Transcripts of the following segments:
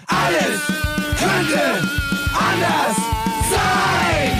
Alles könnte anders sein.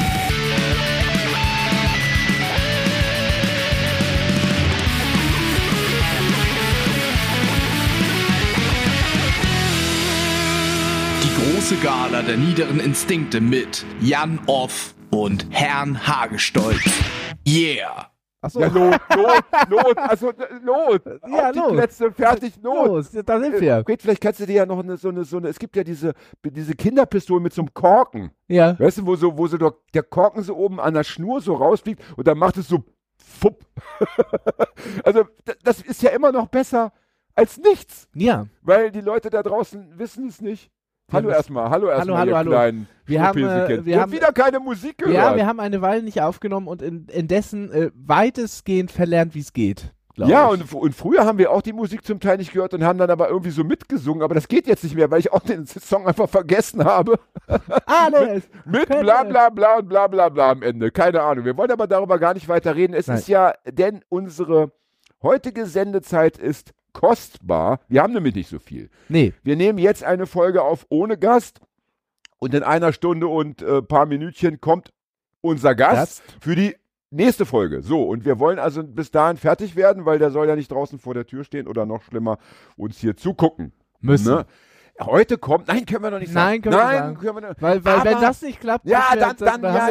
Die große Gala der niederen Instinkte mit Jan Off und Herrn Hagestolz. Yeah! Achso. Ja, Lot. Also, Lot. Ja, auf die los. Plätze, fertig, Lot. Los, da sind wir. Fred, vielleicht kannst du dir ja noch so eine, es gibt ja diese Kinderpistolen mit so einem Korken. Ja. Weißt du, wo so der Korken so oben an der Schnur so rausfliegt und dann macht es so fupp. Also, das ist ja immer noch besser als nichts. Ja. Weil die Leute da draußen wissen es nicht. Hallo erstmal, Hallo. ihr kleinen Wir haben wieder keine Musik gehört. Ja, wir haben eine Weile nicht aufgenommen und indessen weitestgehend verlernt, wie es geht. Ja, ich. und früher haben wir auch die Musik zum Teil nicht gehört und haben dann aber irgendwie so mitgesungen, aber das geht jetzt nicht mehr, weil ich auch den Song einfach vergessen habe. Alles. Mit bla bla bla und bla bla bla am Ende. Keine Ahnung. Wir wollen aber darüber gar nicht weiter reden. Es ist ja, denn unsere heutige Sendezeit ist kostbar. Wir haben nämlich nicht so viel. Nee. Wir nehmen jetzt eine Folge auf ohne Gast und in einer Stunde und paar Minütchen kommt unser Gast für die nächste Folge. So, und wir wollen also bis dahin fertig werden, weil der soll ja nicht draußen vor der Tür stehen oder noch schlimmer uns hier zugucken. Müssen. Ne? Heute kommt, nein, können wir noch nicht sagen. Nein, können wir nicht. Weil wenn das nicht klappt, ja, haben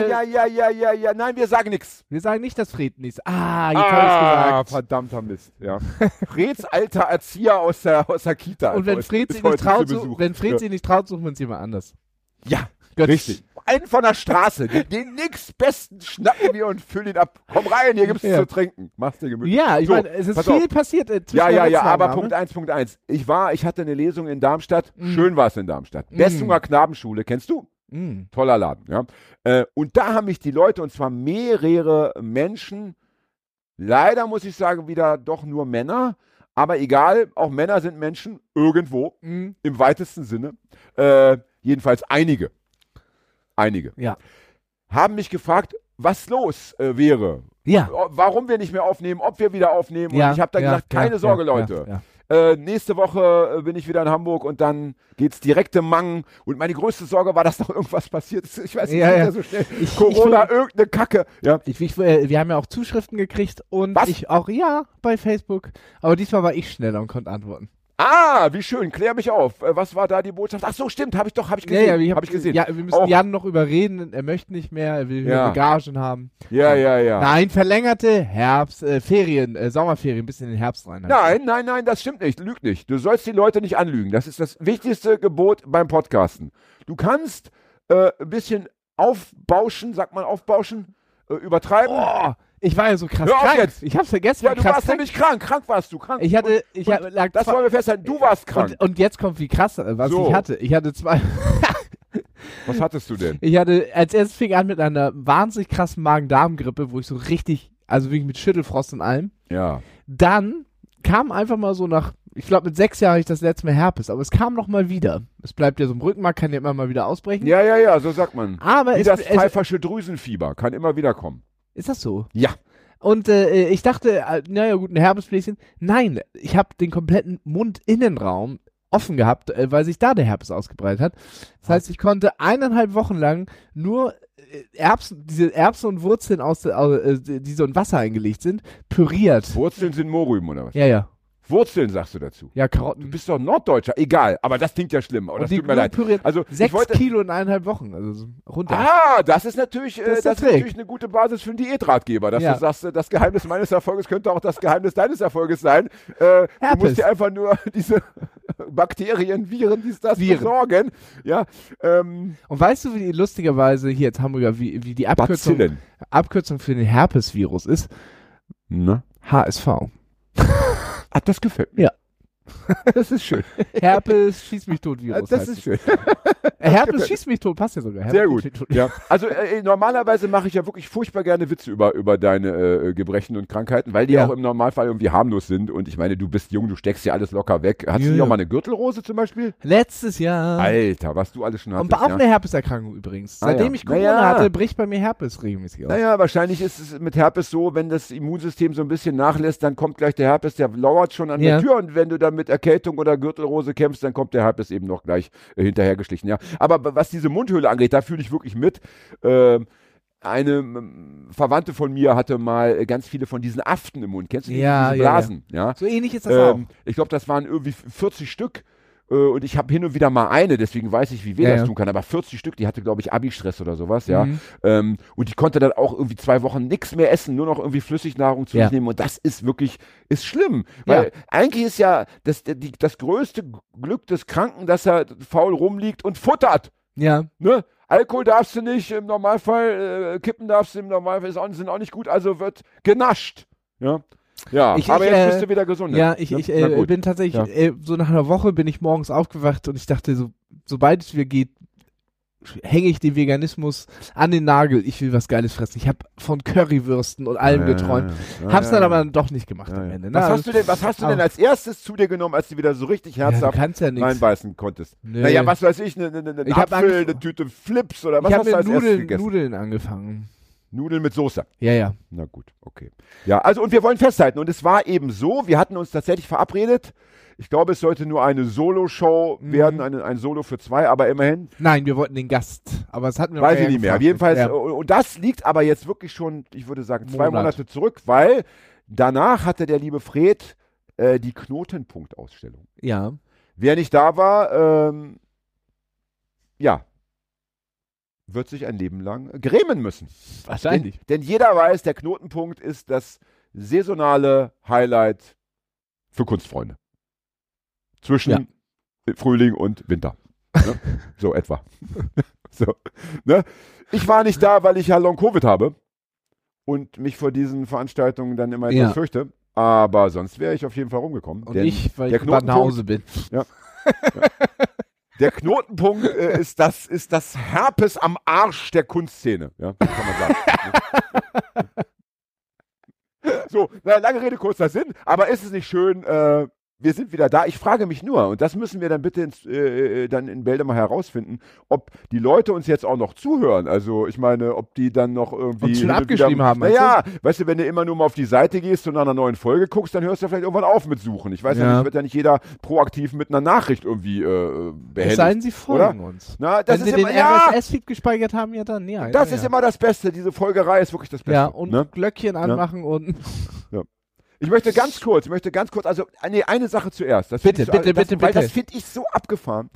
ja, nein, wir sagen nichts. wir sagen nicht, dass Fred nichts. Jetzt habe ich gesagt. Verdammter Mist, ja. Freds alter Erzieher aus der Kita. Und wenn Fred sich nicht traut, suchen wir uns jemand anders. Ja, Götz. richtig. Einen von der Straße, den nächstbesten schnappen wir und füllen ihn ab. Komm rein, hier gibt's zu trinken. Mach's dir gemütlich. Ja, ich So, meine, es ist pass viel auf. passiert. Ja, aber Punkt 1. Ich hatte eine Lesung in Darmstadt. Schön war es in Darmstadt. Bessunger Knabenschule, kennst du? Toller Laden, ja. Und da haben mich die Leute, und zwar mehrere Menschen, leider muss ich sagen, wieder doch nur Männer, aber egal, auch Männer sind Menschen, irgendwo, im weitesten Sinne. Jedenfalls einige, Ja. haben mich gefragt, was los wäre. Ja. Warum wir nicht mehr aufnehmen, ob wir wieder aufnehmen. Ja, Und ich habe dann gesagt, keine Sorge, Leute. Ja. Nächste Woche bin ich wieder in Hamburg und dann geht's direkt im Mang. Und meine größte Sorge war, dass noch irgendwas passiert ist. Ich weiß nicht, Ja, geht ja. ja so schnell. Corona, irgendeine Kacke. Ja. Wir haben ja auch Zuschriften gekriegt und Was? ich auch, bei Facebook. Aber diesmal war ich schneller und konnte antworten. Ah, wie schön, klär mich auf. Was war da die Botschaft? Ach so, stimmt, habe ich gesehen. Hab ich gesehen. Ja, wir müssen Auch. Jan noch überreden, er möchte nicht mehr, er will Ja. wieder Gagen haben. Ja. Nein, verlängerte Sommerferien, bis in den Herbst rein. Nein, das stimmt nicht. Lüg nicht. Du sollst die Leute nicht anlügen. Das ist das wichtigste Gebot beim Podcasten. Du kannst ein bisschen aufbauschen, übertreiben. Oh, ich war ja so krass Hör auf krank. jetzt. Ich hab's vergessen. Ja, du krass warst nämlich krank. Krank warst du. Krank. Das wollen wir festhalten. Du warst krank. Und jetzt kommt, wie krass, was So. ich hatte. Ich hatte zwei. Was hattest du denn? Als erstes fing an mit einer wahnsinnig krassen Magen-Darm-Grippe, wo ich so richtig, also wirklich mit Schüttelfrost und allem. Ja. Dann kam einfach mal so nach, ich glaube mit 6 Jahren hatte ich das letzte Mal Herpes, aber es kam noch mal wieder. Es bleibt ja so im Rückenmark, kann ja immer mal wieder ausbrechen. Ja, so sagt man. Aber Wie das pfeifersche Drüsenfieber. Kann immer wieder kommen. ist das so? Ja. Und ich dachte, naja gut, ein Herpesbläschen. Nein, ich habe den kompletten Mundinnenraum offen gehabt, weil sich da der Herpes ausgebreitet hat. Das heißt, ich konnte 1,5 Wochen lang nur diese Erbsen und Wurzeln die so in Wasser eingelegt sind, püriert. Wurzeln sind Mohrrüben oder was? Ja. Wurzeln sagst du dazu. Ja, Du Karotten. bist doch Norddeutscher. Egal, aber das klingt ja schlimm. Aber das tut mir leid. Püriert. Also, 6 Kilo in 1,5 Wochen. Also so runter. Das ist natürlich, Das ist das ist der Trick. natürlich eine gute Basis für einen Diätratgeber, dass Ja. du sagst, das Geheimnis meines Erfolges könnte auch das Geheimnis deines Erfolges sein. Du musst dir einfach nur diese Bakterien, Viren, besorgen. Ja, Und weißt du, wie lustigerweise hier jetzt Hamburger, wie die Abkürzung für den Herpesvirus ist? Ne? HSV. Das gefällt mir. Ja. Das ist schön. Herpes, schieß mich tot Virus. Das heißt ist es. schön. Herpes, schieß mich tot, passt ja sogar. Herpes, Sehr schieß gut. mich tot. Ja. Also normalerweise mache ich ja wirklich furchtbar gerne Witze über deine Gebrechen und Krankheiten, weil die Ja. auch im Normalfall irgendwie harmlos sind. Und ich meine, du bist jung, du steckst ja alles locker weg. Hattest du nicht Ja. auch mal eine Gürtelrose zum Beispiel? Letztes Jahr. Alter, was du alles schon hattest. Und auch ja. eine Herpeserkrankung übrigens. Ah, Seitdem ja. ich Corona Naja. hatte, bricht bei mir Herpes regelmäßig aus. Naja, wahrscheinlich ist es mit Herpes so, wenn das Immunsystem so ein bisschen nachlässt, dann kommt gleich der Herpes, der lauert schon an Ja. der Tür und wenn du dann mit Erkältung oder Gürtelrose kämpfst, dann kommt der Herpes eben noch gleich hinterhergeschlichen. Ja. Aber was diese Mundhöhle angeht, da fühle ich wirklich mit. Eine Verwandte von mir hatte mal ganz viele von diesen Aften im Mund. Kennst du die? Diese Blasen? Ja. So ähnlich ist das auch. Ich glaube, das waren irgendwie 40 Stück. Und ich habe hin und wieder mal eine, deswegen weiß ich, wie weh das tun kann. Aber 40 Stück, die hatte, glaube ich, Abi-Stress oder sowas, ja. Und die konnte dann auch irgendwie 2 Wochen nichts mehr essen, nur noch irgendwie Flüssignahrung zu sich nehmen. Und das ist wirklich, ist schlimm. Weil eigentlich ist ja das größte Glück des Kranken, dass er faul rumliegt und futtert. Ja. Ne? Alkohol darfst du nicht, im Normalfall, Kippen darfst du im Normalfall, sind auch nicht gut, also wird genascht. Ja. Ja, aber jetzt bist du wieder gesund. Ja, ich bin tatsächlich, so nach einer Woche bin ich morgens aufgewacht und ich dachte, sobald es mir geht, hänge ich den Veganismus an den Nagel. Ich will was Geiles fressen. Ich habe von Currywürsten und allem geträumt. Hab's dann aber doch nicht gemacht am Ende. Was hast du denn als erstes zu dir genommen, als du wieder so richtig herzhaft reinbeißen konntest? Nee. Naja, was weiß ich, eine Apfel, eine Tüte Flips oder was hast du als erstes gegessen? Nudeln angefangen. Nudeln mit Soße? Ja. Na gut, okay. Ja, also und wir wollen festhalten, und es war eben so, wir hatten uns tatsächlich verabredet, ich glaube, es sollte nur eine Solo-Show werden, ein Solo für 2, aber immerhin. Nein, wir wollten den Gast, aber es hatten wir noch weiß ich nicht mehr. Jedenfalls, und das liegt aber jetzt wirklich schon, ich würde sagen, 2 Monate zurück, weil danach hatte der liebe Fred die Knotenpunkt-Ausstellung. Ja. Wer nicht da war, wird sich ein Leben lang grämen müssen. Wahrscheinlich. Denn jeder weiß, der Knotenpunkt ist das saisonale Highlight für Kunstfreunde. Zwischen Frühling und Winter. Ne? So etwa. So, ne? Ich war nicht da, weil ich ja Long-Covid habe und mich vor diesen Veranstaltungen dann immer etwas fürchte. Aber sonst wäre ich auf jeden Fall rumgekommen. Und ich, weil ich bald nach Hause bin. Ja. Der Knotenpunkt ist das Herpes am Arsch der Kunstszene. Ja, das kann man sagen. So, lange Rede, kurzer Sinn. Aber ist es nicht schön, wir sind wieder da. Ich frage mich nur, und das müssen wir dann bitte dann in Bälde mal herausfinden, ob die Leute uns jetzt auch noch zuhören. Also ich meine, ob die dann noch irgendwie... Und schon abgeschrieben haben. Naja, weißt du, wenn du immer nur mal auf die Seite gehst und nach einer neuen Folge guckst, dann hörst du vielleicht irgendwann auf mit Suchen. Ich weiß ja nicht, wird ja nicht jeder proaktiv mit einer Nachricht irgendwie behelligt. Es sei denn, sie folgen uns. Na, das wenn ist sie immer, den RSS-Feed gespeichert haben, ja dann. Ja, das ist immer das Beste. Diese Folgerei ist wirklich das Beste. Ja, und Glöckchen anmachen und... Ja. Ich möchte ganz kurz, also eine Sache zuerst. Bitte. Weil das finde ich so abgefahren.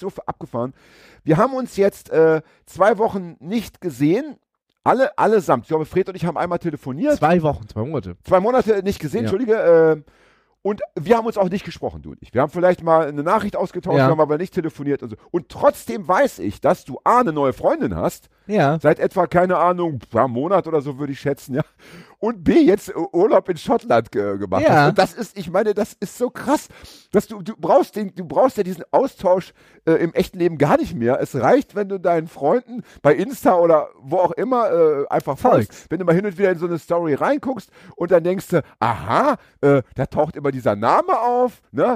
Wir haben uns jetzt 2 Wochen nicht gesehen. Allesamt. Ich glaube, Fred und ich haben einmal telefoniert. 2 Wochen, 2 Monate. 2 Monate nicht gesehen, Entschuldige. Und wir haben uns auch nicht gesprochen, du und ich. Wir haben vielleicht mal eine Nachricht ausgetauscht, haben aber nicht telefoniert und so. Und trotzdem weiß ich, dass du A, eine neue Freundin hast. Ja. Seit etwa, keine Ahnung, einem Monat oder so würde ich schätzen, ja. Und B, jetzt Urlaub in Schottland gemacht hast. Und das ist, ich meine, das ist so krass, dass du brauchst ja diesen Austausch im echten Leben gar nicht mehr. Es reicht, wenn du deinen Freunden bei Insta oder wo auch immer einfach folgst. Wenn du mal hin und wieder in so eine Story reinguckst und dann denkst du, aha, da taucht immer dieser Name auf, ne?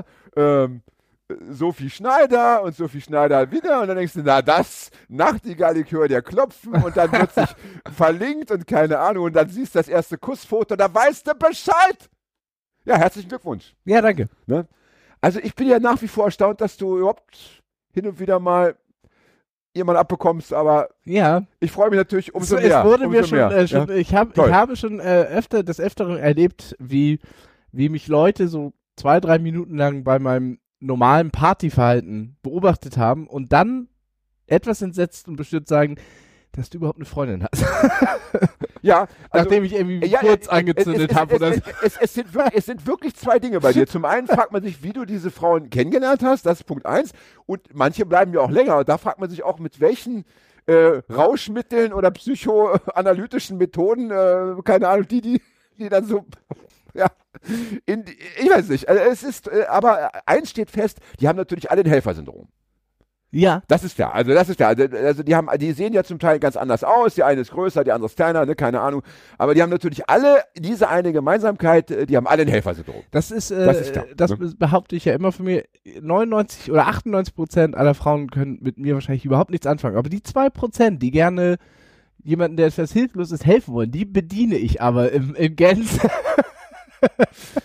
Sophie Schneider und Sophie Schneider wieder und dann denkst du, na das, Nachtigall, ich höre dir klopfen und dann wird sich verlinkt und keine Ahnung und dann siehst du das erste Kussfoto, da weißt du Bescheid. Ja, herzlichen Glückwunsch. Ja, danke. Ne? Also ich bin ja nach wie vor erstaunt, dass du überhaupt hin und wieder mal jemanden abbekommst, aber ich freue mich natürlich umso mehr. Es wurde mir schon, ich habe schon des Öfteren erlebt, wie mich Leute so 2-3 Minuten lang bei meinem normalen Partyverhalten beobachtet haben und dann etwas entsetzt und bestimmt sagen, dass du überhaupt eine Freundin hast. Ja. Also, nachdem ich irgendwie kurz angezündet habe. Es sind wirklich 2 Dinge bei dir. Zum einen fragt man sich, wie du diese Frauen kennengelernt hast, das ist Punkt 1. Und manche bleiben ja auch länger. Und da fragt man sich auch, mit welchen Rauschmitteln oder psychoanalytischen Methoden, keine Ahnung, die dann so... Ja, ich weiß nicht. Also es ist, aber eins steht fest, die haben natürlich alle ein Helfersyndrom. Ja. Das ist klar. Also die sehen ja zum Teil ganz anders aus. Die eine ist größer, die andere ist kleiner, ne, keine Ahnung. Aber die haben natürlich alle diese eine Gemeinsamkeit, die haben alle ein Helfersyndrom. Das ist klar, das behaupte ich ja immer von mir. 99 oder 98% aller Frauen können mit mir wahrscheinlich überhaupt nichts anfangen. Aber die 2%, die gerne jemanden, der etwas hilflos ist, helfen wollen, die bediene ich aber im Gänze.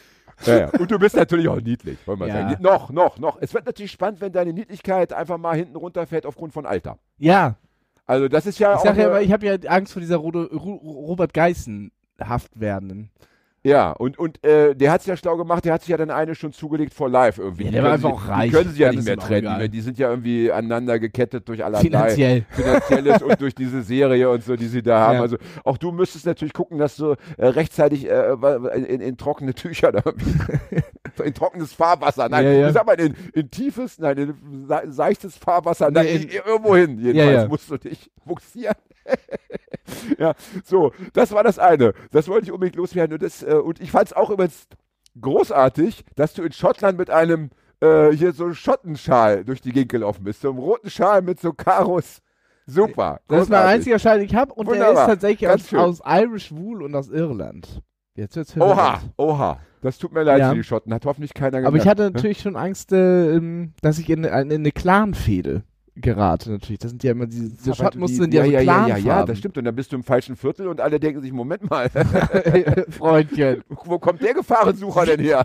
Ja. Und du bist natürlich auch niedlich, wollen wir Ja. sagen. Noch. Es wird natürlich spannend, wenn deine Niedlichkeit einfach mal hinten runterfällt aufgrund von Alter. Ja, Also das ist ja ich auch... sag ja immer, ich habe ja Angst vor dieser Robert Geissen-haft werdenden. Ja, und der hat es ja schlau gemacht, der hat sich ja dann eine schon zugelegt for life irgendwie. Ja, Die der war können einfach auch reich. Die können sie ja Dann nicht ist mehr ihm auch trennen. egal. Die sind ja irgendwie aneinander gekettet durch allerlei Finanziell. und durch diese Serie und so, die sie da haben. Ja. Also auch du müsstest natürlich gucken, dass du rechtzeitig in trockene Tücher, da in trockenes Fahrwasser, nein, Ja. ich sag mal in tiefes, nein, in seichtes Fahrwasser, nein, irgendwo hin jedenfalls musst du dich buxieren. Ja, so, das war das eine. Das wollte ich unbedingt loswerden. Und ich fand es auch übrigens großartig, dass du in Schottland mit einem hier so Schottenschal durch die Gegend gelaufen bist. So einem roten Schal mit so Karos. Super. Das ist mein einziger Schal, den ich habe. Und der Wunderbar. ist tatsächlich Ganz schön. aus Irish Wool und aus Irland. Jetzt wird's Oha. Das tut mir leid Ja. für die Schotten. Hat hoffentlich keiner gemerkt. Aber ich hatte natürlich schon Angst, dass ich in eine Clan-Fehde gerate natürlich. Das sind ja immer diese Schottmuster, sind ja so Clanfarben. Ja, das stimmt. Und dann bist du im falschen Viertel und alle denken sich, Moment mal, Freundchen. wo kommt der Gefahrensucher denn her?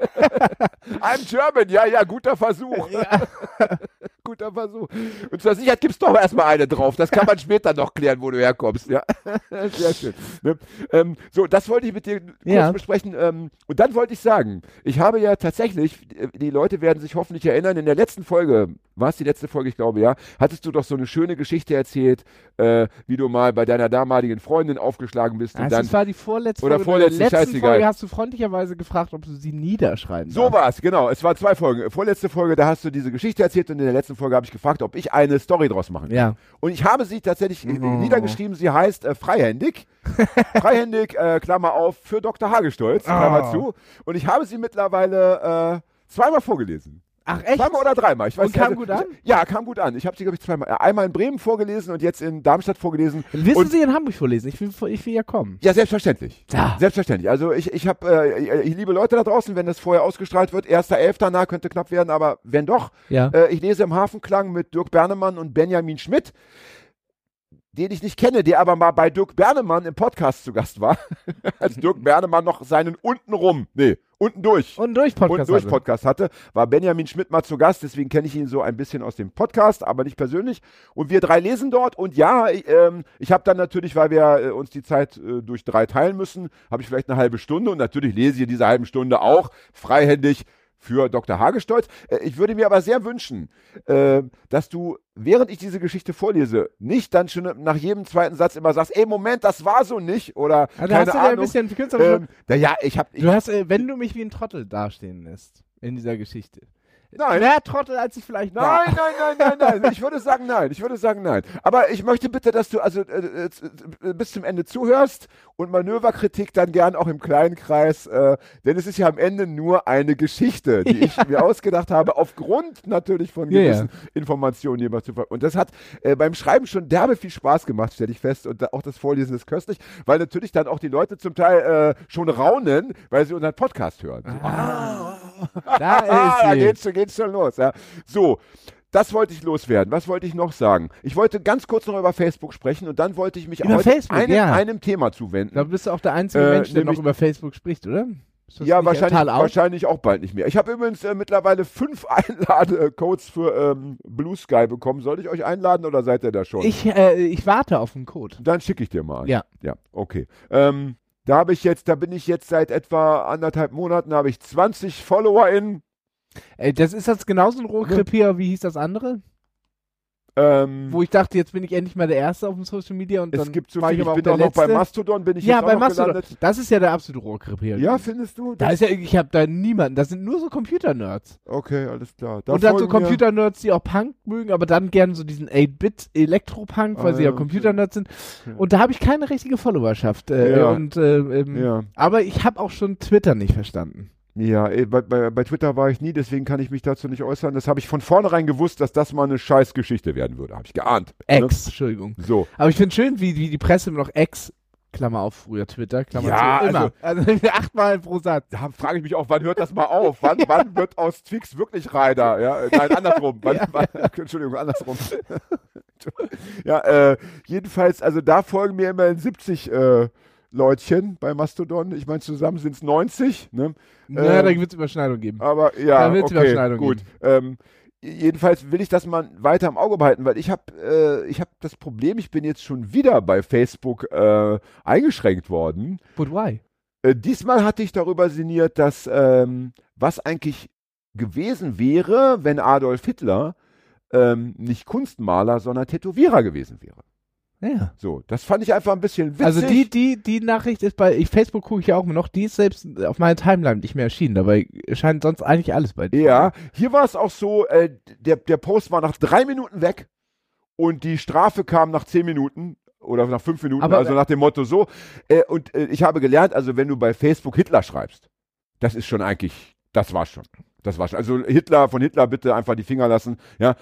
I'm German, ja, guter Versuch. Ja. Guter Versuch. Und zur Sicherheit gibt es doch erstmal eine drauf. Das kann man später noch klären, wo du herkommst. Ja, sehr schön. Ne? So, das wollte ich mit dir kurz besprechen. Und dann wollte ich sagen, ich habe ja tatsächlich, die Leute werden sich hoffentlich erinnern, in der letzten Folge, war es die letzte Folge, ich glaube, ja, hattest du doch so eine schöne Geschichte erzählt, wie du mal bei deiner damaligen Freundin aufgeschlagen bist. Und Das war die vorletzte oder Folge. vorletzte, in der letzten scheißegal. Folge hast du freundlicherweise gefragt, ob du sie niederschreiben So darfst. war es, genau. Es waren 2 Folgen. Vorletzte Folge, da hast du diese Geschichte erzählt und in der letzten Folge habe ich gefragt, ob ich eine Story draus machen kann. Ja. Und ich habe sie tatsächlich niedergeschrieben. Sie heißt Freihändig. Freihändig, Klammer auf, für Dr. Hagestolz, Klammer zu. Und ich habe sie mittlerweile 2-mal vorgelesen. Ach, echt? 2-mal oder 3-mal. Ich weiß Und nicht, kam gut an? Ja, kam gut an. Ich habe sie, glaube ich, 2-mal. Einmal in Bremen vorgelesen und jetzt in Darmstadt vorgelesen. Willst du Und- sie in Hamburg vorlesen? Ich will ja kommen. Ja, selbstverständlich. Ja. Selbstverständlich. Also ich liebe Leute da draußen, wenn das vorher ausgestrahlt wird. 1.11. na, könnte knapp werden, aber wenn doch. Ja. Ich lese im Hafenklang mit Dirk Bernemann und Benjamin Schmidt, den ich nicht kenne, der aber mal bei Dirk Bernemann im Podcast zu Gast war. Als Dirk Bernemann noch seinen unten durch Podcast hatte, war Benjamin Schmidt mal zu Gast, deswegen kenne ich ihn so ein bisschen aus dem Podcast, aber nicht persönlich. Und wir 3 lesen dort und ja, ich habe dann natürlich, weil wir uns die Zeit durch 3 teilen müssen, habe ich vielleicht eine halbe Stunde und natürlich lese ich in dieser halben Stunde auch freihändig für Dr. Hagestolz. Ich würde mir aber sehr wünschen, dass du, während ich diese Geschichte vorlese, nicht dann schon nach jedem zweiten Satz immer sagst, ey, Moment, das war so nicht oder Also keine hast du dir ein Ahnung. bisschen künstlerisch. Du hast, wenn du mich wie ein Trottel dastehen lässt in dieser Geschichte. Nein. Mehr Trottel, als ich vielleicht war. Nein. Ich würde sagen nein. Aber ich möchte bitte, dass du also bis zum Ende zuhörst und Manöverkritik dann gern auch im kleinen Kreis, denn es ist ja am Ende nur eine Geschichte, die ich mir ausgedacht habe, aufgrund natürlich von gewissen Informationen, die immer zu Und das hat beim Schreiben schon derbe viel Spaß gemacht, stelle ich fest. Und auch das Vorlesen ist köstlich, weil natürlich dann auch die Leute zum Teil schon raunen, weil sie unseren Podcast hören. Da ist sie. Geht's schon los. Ja. So, das wollte ich loswerden. Was wollte ich noch sagen? Ich wollte ganz kurz noch über Facebook sprechen und dann wollte ich mich Über heute Facebook, einem Thema zuwenden. Da bist du auch der einzige Mensch, der noch nämlich- über Facebook spricht, oder? Ist das Ja, nicht total out? wahrscheinlich auch bald nicht mehr. Ich habe übrigens mittlerweile 5 Einladecodes für Blue Sky bekommen. Soll ich euch einladen oder seid ihr da schon? Ich warte auf einen Code. Dann schicke ich dir mal. Ja. Ja, okay. Da bin ich jetzt seit etwa 1,5 Monaten, habe ich 20 FollowerInnen. Ist das genauso ein Rohrkrepierer, wie hieß das andere? Wo ich dachte, jetzt bin ich endlich mal der Erste auf dem Social Media und Es dann gibt so war viel. Ich aber bin der auch noch bei Letzte. Mastodon, bin ich Ja, jetzt auch bei noch Mastodon. gelandet. Das ist ja der absolute Rohrkrepierer. Ja, findest du? Da ist ja, ich habe da niemanden. Das sind nur so Computer-Nerds. Okay, alles klar. Und dann so folgen mir- Computer-Nerds, die auch Punk mögen, aber dann gerne so diesen 8-Bit-Elektro-Punk, weil sie ja okay. Computer-Nerds sind. Ja. Und da habe ich keine richtige Followerschaft. Ja. Ja. Aber ich habe auch schon Twitter nicht verstanden. Ja, bei Twitter war ich nie, deswegen kann ich mich dazu nicht äußern. Das habe ich von vornherein gewusst, dass das mal eine scheiß Geschichte werden würde. Habe ich geahnt. Entschuldigung. Ne? So. Aber ich finde schön, wie die Presse immer noch Klammer auf, früher Twitter, Klammer Ja, zu, immer. Also 8-mal pro Satz. Da frage ich mich auch, wann hört das mal auf? Wann wird aus Twix wirklich Reiter? Ja, nein, andersrum. Entschuldigung, andersrum. Ja, jedenfalls, also da folgen mir immerhin 70 Leutchen bei Mastodon. Ich meine, zusammen sind es 90. Ne? Naja, da wird es Überschneidung geben. Aber ja, da wird's okay, Überschneidung gut. geben. Jedenfalls will ich das mal weiter im Auge behalten, weil ich hab das Problem, ich bin jetzt schon wieder bei Facebook eingeschränkt worden. But why? Diesmal hatte ich darüber sinniert, dass was eigentlich gewesen wäre, wenn Adolf Hitler nicht Kunstmaler, sondern Tätowierer gewesen wäre. Ja. So, das fand ich einfach ein bisschen witzig. Also die Nachricht ist Facebook gucke ich ja auch immer noch, die ist selbst auf meiner Timeline nicht mehr erschienen, dabei erscheint sonst eigentlich alles bei dir. Ja, hier war es auch so, der Post war nach 3 Minuten weg und die Strafe kam nach 10 Minuten oder nach 5 Minuten, Aber, also nach dem Motto so. Und ich habe gelernt, also wenn du bei Facebook Hitler schreibst, das ist schon eigentlich, das war's schon. Also von Hitler bitte einfach die Finger lassen, ja.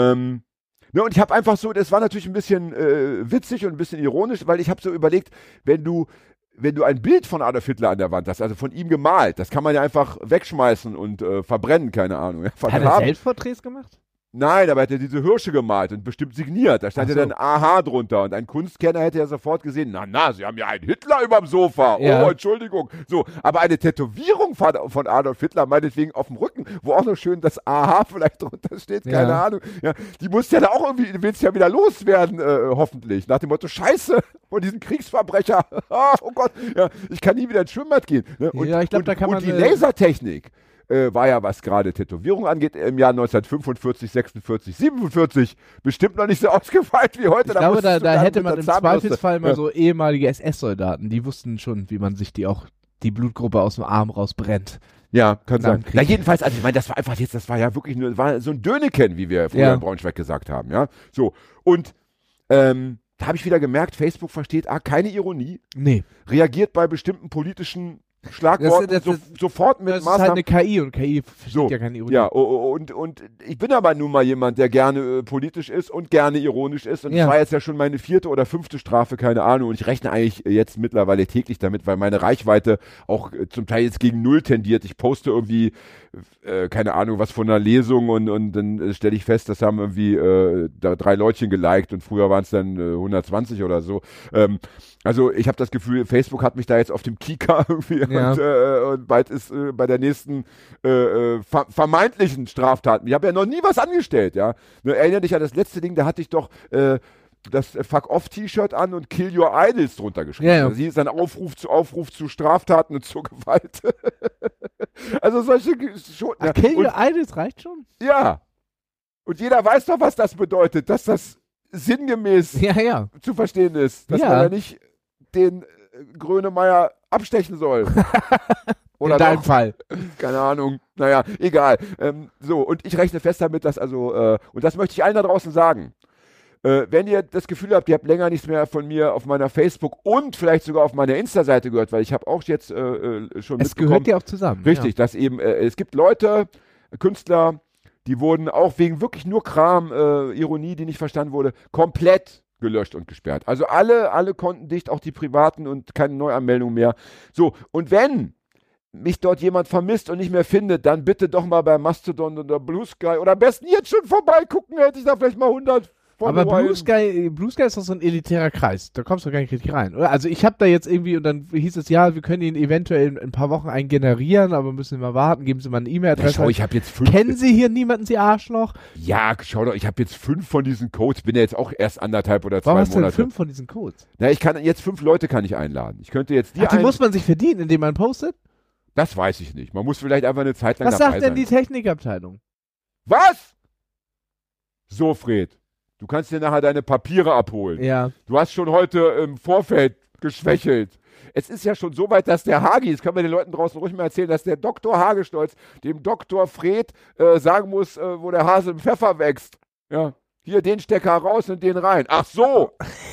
Ne, und ich habe einfach so, das war natürlich ein bisschen witzig und ein bisschen ironisch, weil ich habe so überlegt, wenn du ein Bild von Adolf Hitler an der Wand hast, also von ihm gemalt, das kann man ja einfach wegschmeißen und verbrennen, keine Ahnung. Ja, hat er Selbstporträts gemacht? Nein, aber er hat ja diese Hirsche gemalt und bestimmt signiert. Da stand ja dann AH drunter und ein Kunstkenner hätte ja sofort gesehen, na, Sie haben ja einen Hitler überm Sofa. Ja. Oh, Entschuldigung. So, aber eine Tätowierung von Adolf Hitler, meinetwegen auf dem Rücken, wo auch noch schön das AH vielleicht drunter steht, keine Ahnung. Ja, die muss ja da auch irgendwie, willst ja wieder loswerden, hoffentlich. Nach dem Motto, Scheiße, von diesem Kriegsverbrecher. Oh Gott, ja, ich kann nie wieder ins Schwimmbad gehen. Ne? Und, ja, ich glaube, da kann man... Und die Lasertechnik war ja, was gerade Tätowierung angeht, im Jahr 1945, 46, 47 bestimmt noch nicht so ausgefeilt wie heute. Ich glaube, da hätte man im Zweifelsfall mal so ehemalige SS-Soldaten, die wussten schon, wie man sich die Blutgruppe aus dem Arm rausbrennt. Ja, kann sein. Ja, jedenfalls, also ich meine, das war einfach jetzt, das war ja wirklich nur, war so ein Döneken, wie wir früher in Braunschweig gesagt haben, ja. So, und da habe ich wieder gemerkt, Facebook versteht keine Ironie. Nee. Reagiert bei bestimmten politischen Schlagworten sofort mit Maßnahmen. Das ist halt eine KI und KI versteht ja keine Ironie. Ja, und ich bin aber nun mal jemand, der gerne politisch ist und gerne ironisch ist und das war jetzt ja schon meine 4. oder 5. Strafe, keine Ahnung, und ich rechne eigentlich jetzt mittlerweile täglich damit, weil meine Reichweite auch zum Teil jetzt gegen 0 tendiert. Ich poste irgendwie, keine Ahnung, was von einer Lesung und dann stelle ich fest, das haben irgendwie 3 Leutchen geliked und früher waren es dann 120 oder so. Also ich habe das Gefühl, Facebook hat mich da jetzt auf dem Kika irgendwie und bald ist bei der nächsten vermeintlichen Straftaten. Ich habe ja noch nie was angestellt, ja. Erinnere dich an das letzte Ding, da hatte ich doch das Fuck-Off-T-Shirt an und Kill Your Idols drunter geschrieben. Ja. Also hier ist ein Aufruf zu Straftaten und zur Gewalt. Also solche schon. Kill Your Idols reicht schon? Ja. Und jeder weiß doch, was das bedeutet, dass das sinngemäß zu verstehen ist. Dass man ja nicht den Grönemeyer abstechen soll. Oder in deinem Fall. Keine Ahnung. Naja, egal. So, und ich rechne fest damit, dass und das möchte ich allen da draußen sagen. Wenn ihr das Gefühl habt, ihr habt länger nichts mehr von mir auf meiner Facebook und vielleicht sogar auf meiner Insta-Seite gehört, weil ich habe auch jetzt schon mitbekommen. Es gehört ja auch zusammen. Richtig, dass eben, es gibt Leute, Künstler, die wurden auch wegen wirklich nur Kram, Ironie, die nicht verstanden wurde, komplett gelöscht und gesperrt. Also alle Konten dicht, auch die privaten und keine Neuanmeldung mehr. So, und wenn mich dort jemand vermisst und nicht mehr findet, dann bitte doch mal bei Mastodon oder Blue Sky oder am besten jetzt schon vorbeigucken, hätte ich da vielleicht mal 100 Aber Blue Sky ist doch so ein elitärer Kreis. Da kommst du gar nicht richtig rein, oder? Also ich habe da jetzt irgendwie, und dann hieß es, ja, wir können ihn eventuell in ein paar Wochen einen generieren, aber müssen wir mal warten, geben Sie mal eine E-Mail-Adresse. Ja, schau, ich habe jetzt 5. Kennen Sie hier niemanden, Sie Arschloch? Ja, schau doch, ich habe jetzt 5 von diesen Codes, bin ja jetzt auch erst 1,5 oder 2 Monate. Warum hast du denn 5 von diesen Codes? Na, ich kann jetzt 5 Leute kann ich einladen. Ich könnte jetzt die muss man sich verdienen, indem man postet? Das weiß ich nicht. Man muss vielleicht einfach eine Zeit lang dabei sein. Was sagt denn die Technikabteilung? Was? So, Fred. Du kannst dir nachher deine Papiere abholen. Ja. Du hast schon heute im Vorfeld geschwächelt. Es ist ja schon so weit, dass der Hagi, das können wir den Leuten draußen ruhig mal erzählen, dass der Dr. Hagestolz dem Dr. Fred sagen muss, wo der Hase im Pfeffer wächst. Ja. Hier den Stecker raus und den rein. Ach so.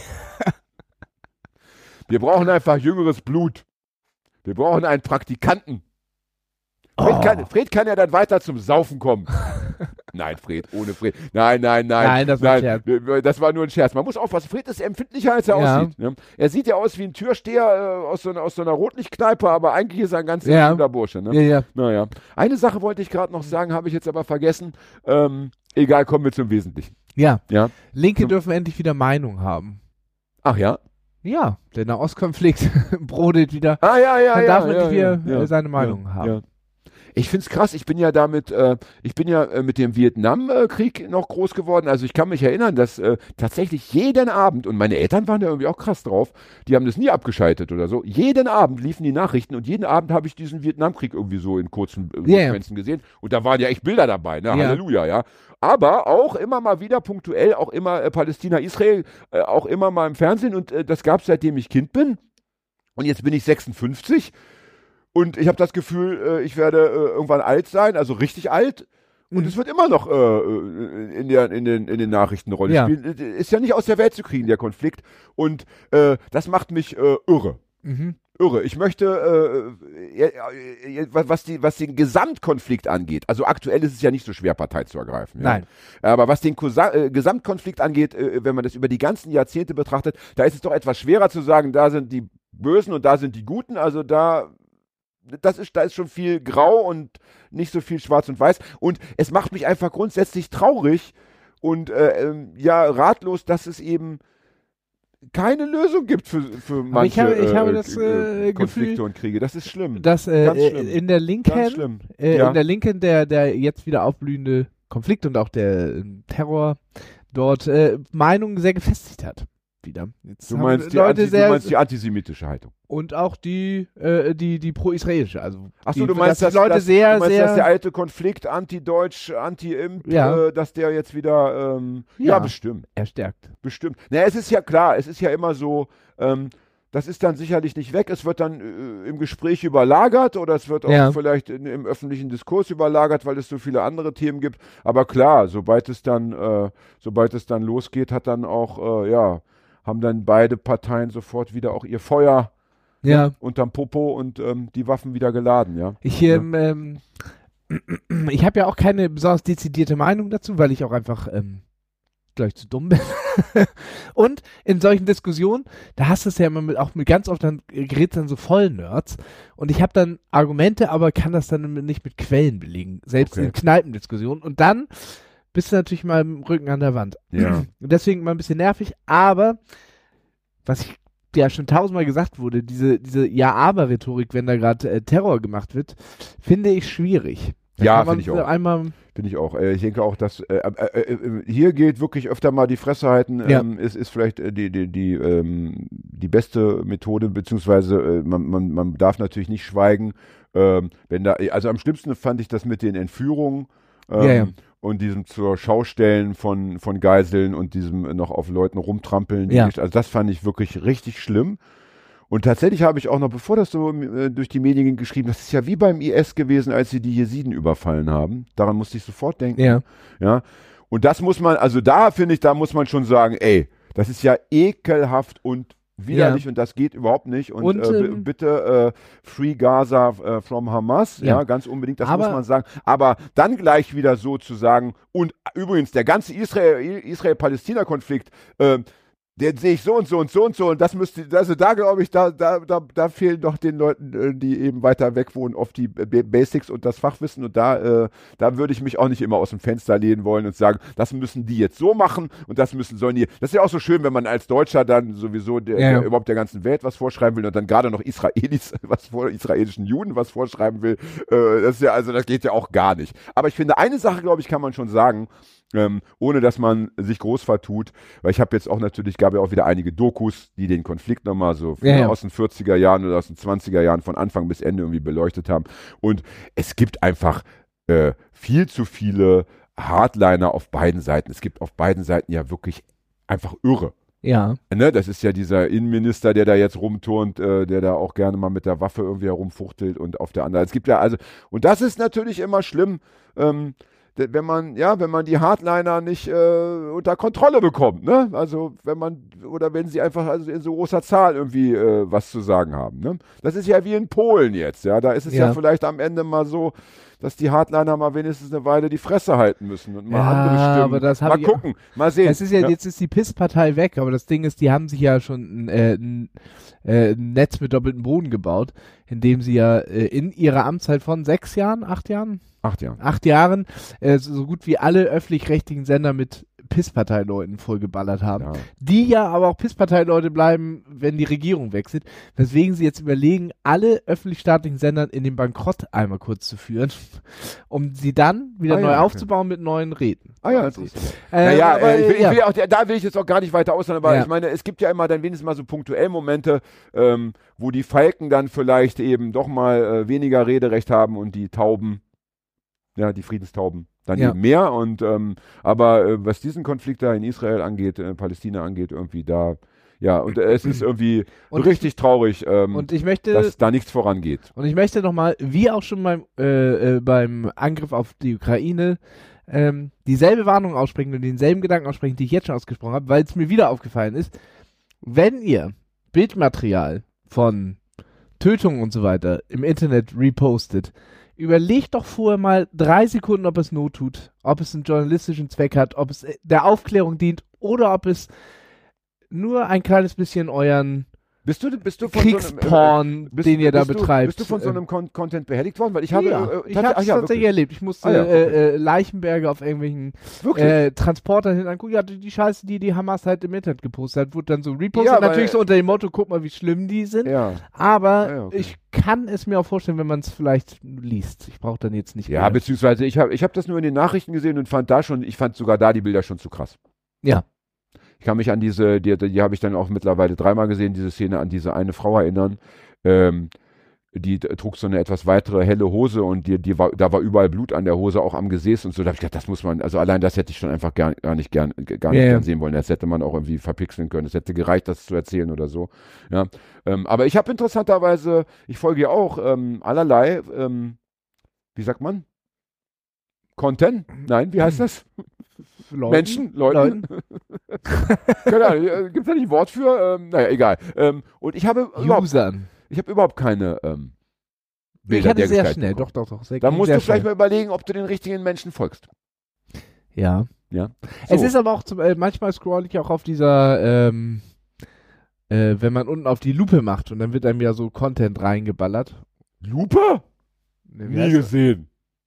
Wir brauchen einfach jüngeres Blut. Wir brauchen einen Praktikanten. Fred kann ja dann weiter zum Saufen kommen. Nein, Fred, ohne Fred. Nein. Nein, das war ein Scherz. Das war nur ein Scherz. Man muss aufpassen, Fred ist empfindlicher, als er aussieht. Ne? Er sieht ja aus wie ein Türsteher aus so einer Rotlichtkneipe, aber eigentlich ist er ein ganz guter Bursche. Ne? Ja. Naja. Eine Sache wollte ich gerade noch sagen, habe ich jetzt aber vergessen. Egal, kommen wir zum Wesentlichen. Ja. Linke dürfen endlich wieder Meinung haben. Ach ja? Ja, der Nahostkonflikt brodelt wieder. Ja. Dann darf man hier seine Meinung haben. Ja. Ich find's krass, ich bin ja mit dem Vietnamkrieg noch groß geworden. Also ich kann mich erinnern, dass tatsächlich jeden Abend, und meine Eltern waren da irgendwie auch krass drauf, die haben das nie abgeschaltet oder so. Jeden Abend liefen die Nachrichten und jeden Abend habe ich diesen Vietnamkrieg irgendwie so in kurzen Sequenzen gesehen. Und da waren ja echt Bilder dabei, ne? Halleluja, ja. Aber auch immer mal wieder punktuell, auch immer Palästina, Israel, auch immer mal im Fernsehen. Und das gab's seitdem ich Kind bin. Und jetzt bin ich 56. Und ich habe das Gefühl, ich werde irgendwann alt sein, also richtig alt. Und es wird immer noch in den Nachrichten eine Rolle spielen. Ist ja nicht aus der Welt zu kriegen, der Konflikt. Und das macht mich irre. Irre. Ich möchte, was den Gesamtkonflikt angeht, also aktuell ist es ja nicht so schwer, Partei zu ergreifen. Ja? Nein. Aber was den Gesamtkonflikt angeht, wenn man das über die ganzen Jahrzehnte betrachtet, da ist es doch etwas schwerer zu sagen, da sind die Bösen und da sind die Guten. Also da ist schon viel Grau und nicht so viel Schwarz und Weiß. Und es macht mich einfach grundsätzlich traurig und ratlos, dass es eben keine Lösung gibt für manche ich habe das Konflikte Gefühl, und Kriege. Das ist schlimm. Dass Ganz schlimm. in der Linken, Ganz schlimm. in der Linken der jetzt wieder aufblühende Konflikt und auch der Terror dort Meinungen sehr gefestigt hat. Wieder. Jetzt Du meinst die antisemitische Haltung. Und auch die pro-israelische. Also Achso, du meinst, dass der alte Konflikt anti-deutsch, anti-imp, dass der jetzt wieder, bestimmt. Erstärkt. Bestimmt. Naja, es ist ja klar, es ist ja immer so, das ist dann sicherlich nicht weg, es wird dann im Gespräch überlagert oder es wird auch vielleicht im öffentlichen Diskurs überlagert, weil es so viele andere Themen gibt. Aber klar, sobald es dann losgeht, hat dann auch, haben dann beide Parteien sofort wieder auch ihr Feuer unterm Popo und die Waffen wieder geladen, ja. Ich habe ja auch keine besonders dezidierte Meinung dazu, weil ich auch einfach gleich zu dumm bin. Und in solchen Diskussionen, da hast du es ja immer ganz oft, dann gerät dann so Vollnerds und ich habe dann Argumente, aber kann das dann nicht mit Quellen belegen, selbst in Kneipendiskussionen und dann bist du natürlich mal im Rücken an der Wand. Ja. Und deswegen mal ein bisschen nervig, aber was ja schon tausendmal gesagt wurde, diese Ja-Aber-Rhetorik, wenn da gerade Terror gemacht wird, finde ich schwierig. Ja, finde ich auch. Finde ich auch. Ich denke auch, dass hier gilt wirklich öfter mal die Fresse halten, ist vielleicht die beste Methode, beziehungsweise man darf natürlich nicht schweigen. Also am schlimmsten fand ich das mit den Entführungen. Und diesem zur Schaustellen von Geiseln und diesem noch auf Leuten rumtrampeln. Also das fand ich wirklich richtig schlimm. Und tatsächlich habe ich auch noch, bevor das so durch die Medien ging, geschrieben, das ist ja wie beim IS gewesen, als sie die Jesiden überfallen haben. Daran musste ich sofort denken. Ja. Und das muss man, also da finde ich, da muss man schon sagen, ey, das ist ja ekelhaft und widerlich und das geht überhaupt nicht. Und bitte Free Gaza from Hamas, ganz unbedingt, das muss man sagen. Aber dann gleich wieder so zu sagen, und übrigens, der ganze Israel-Palästina-Konflikt, den sehe ich so und so und so und so und das müsste, also da glaube ich, da fehlen doch den Leuten, die eben weiter weg wohnen, oft die Basics und das Fachwissen und da würde ich mich auch nicht immer aus dem Fenster lehnen wollen und sagen, das müssen die jetzt so machen und sollen die, das ist ja auch so schön, wenn man als Deutscher dann sowieso überhaupt der ganzen Welt was vorschreiben will und dann gerade noch israelischen Juden was vorschreiben will, das geht ja auch gar nicht. Aber ich finde, eine Sache, glaube ich, kann man schon sagen, ohne dass man sich groß vertut, weil ich habe jetzt auch natürlich, gab ja auch wieder einige Dokus, die den Konflikt nochmal so aus den 40er Jahren oder aus den 20er Jahren von Anfang bis Ende irgendwie beleuchtet haben und es gibt einfach viel zu viele Hardliner auf beiden Seiten. Es gibt auf beiden Seiten ja wirklich einfach Irre. Ja. Ne, das ist ja dieser Innenminister, der da jetzt rumturnt, der da auch gerne mal mit der Waffe irgendwie herumfuchtelt und auf der anderen. Es gibt ja also, und das ist natürlich immer schlimm, wenn man die Hardliner nicht unter Kontrolle bekommt, ne? Also wenn sie einfach in so großer Zahl irgendwie was zu sagen haben, ne? Das ist ja wie in Polen jetzt, ja. Da ist es ja vielleicht am Ende mal so, dass die Hardliner mal wenigstens eine Weile die Fresse halten müssen und mal andere Stimmen. Aber das mal gucken, mal sehen. Es ist jetzt ist die PIS-Partei weg, aber das Ding ist, die haben sich ja schon ein Netz mit doppeltem Boden gebaut, indem sie ja in ihrer Amtszeit von 8 Jahren, so gut wie alle öffentlich-rechtlichen Sender mit Pissparteileuten vollgeballert haben, die ja aber auch Pissparteileute bleiben, wenn die Regierung wechselt, weswegen sie jetzt überlegen, alle öffentlich-staatlichen Sendern in den Bankrott einmal kurz zu führen, um sie dann wieder neu aufzubauen mit neuen Räten. Da will ich jetzt auch gar nicht weiter ausholen, aber ich meine, es gibt ja immer dann wenigstens mal so punktuell Momente, wo die Falken dann vielleicht eben doch mal weniger Rederecht haben und die Tauben, die Friedenstauben, dann eben mehr. Und aber was diesen Konflikt da in Israel angeht, Palästina angeht, irgendwie da, und es ist irgendwie richtig traurig, und ich möchte, dass da nichts vorangeht. Und ich möchte nochmal, wie auch schon beim Angriff auf die Ukraine, dieselbe Warnung aussprechen und denselben Gedanken aussprechen, die ich jetzt schon ausgesprochen habe, weil es mir wieder aufgefallen ist, wenn ihr Bildmaterial von Tötungen und so weiter im Internet repostet, überlegt doch vorher mal 3 Sekunden, ob es Not tut, ob es einen journalistischen Zweck hat, ob es der Aufklärung dient oder ob es nur ein kleines bisschen euren Bist du Kriegsporn, den ihr da betreibt. Bist du von so einem Content behelligt worden? Weil ich habe es tatsächlich erlebt. Ich musste Leichenberge auf irgendwelchen Transportern hin angucken. Ja, die Scheiße, die Hamas halt im Internet gepostet hat, wurde dann so repostet. Natürlich so unter dem Motto, guck mal, wie schlimm die sind. Ja. Aber ich kann es mir auch vorstellen, wenn man es vielleicht liest. Ich brauche dann jetzt nicht mehr. Ja, beziehungsweise ich hab das nur in den Nachrichten gesehen und fand sogar da die Bilder schon zu krass. Ja. Ich kann mich an die habe ich dann auch mittlerweile 3-mal gesehen, diese Szene, an diese eine Frau erinnern. Die trug so eine etwas weitere helle Hose und da war überall Blut an der Hose, auch am Gesäß und so. Da habe ich gedacht, das muss man, also allein das hätte ich schon einfach gar nicht gern sehen wollen. Das hätte man auch irgendwie verpixeln können. Es hätte gereicht, das zu erzählen oder so. Ja. Aber ich habe interessanterweise, ich folge ja auch allerlei, wie sagt man? Content? Nein, wie heißt das? Leuten. Keine Ahnung, gibt es da nicht ein Wort für? Naja, egal. Und ich habe überhaupt keine Bilder. Ich hatte sehr schnell, doch. Da musst du vielleicht mal überlegen, ob du den richtigen Menschen folgst. Ja. So. Es ist aber auch, manchmal scroll ich auch auf dieser, wenn man unten auf die Lupe macht und dann wird einem ja so Content reingeballert. Lupe? Nie gesehen.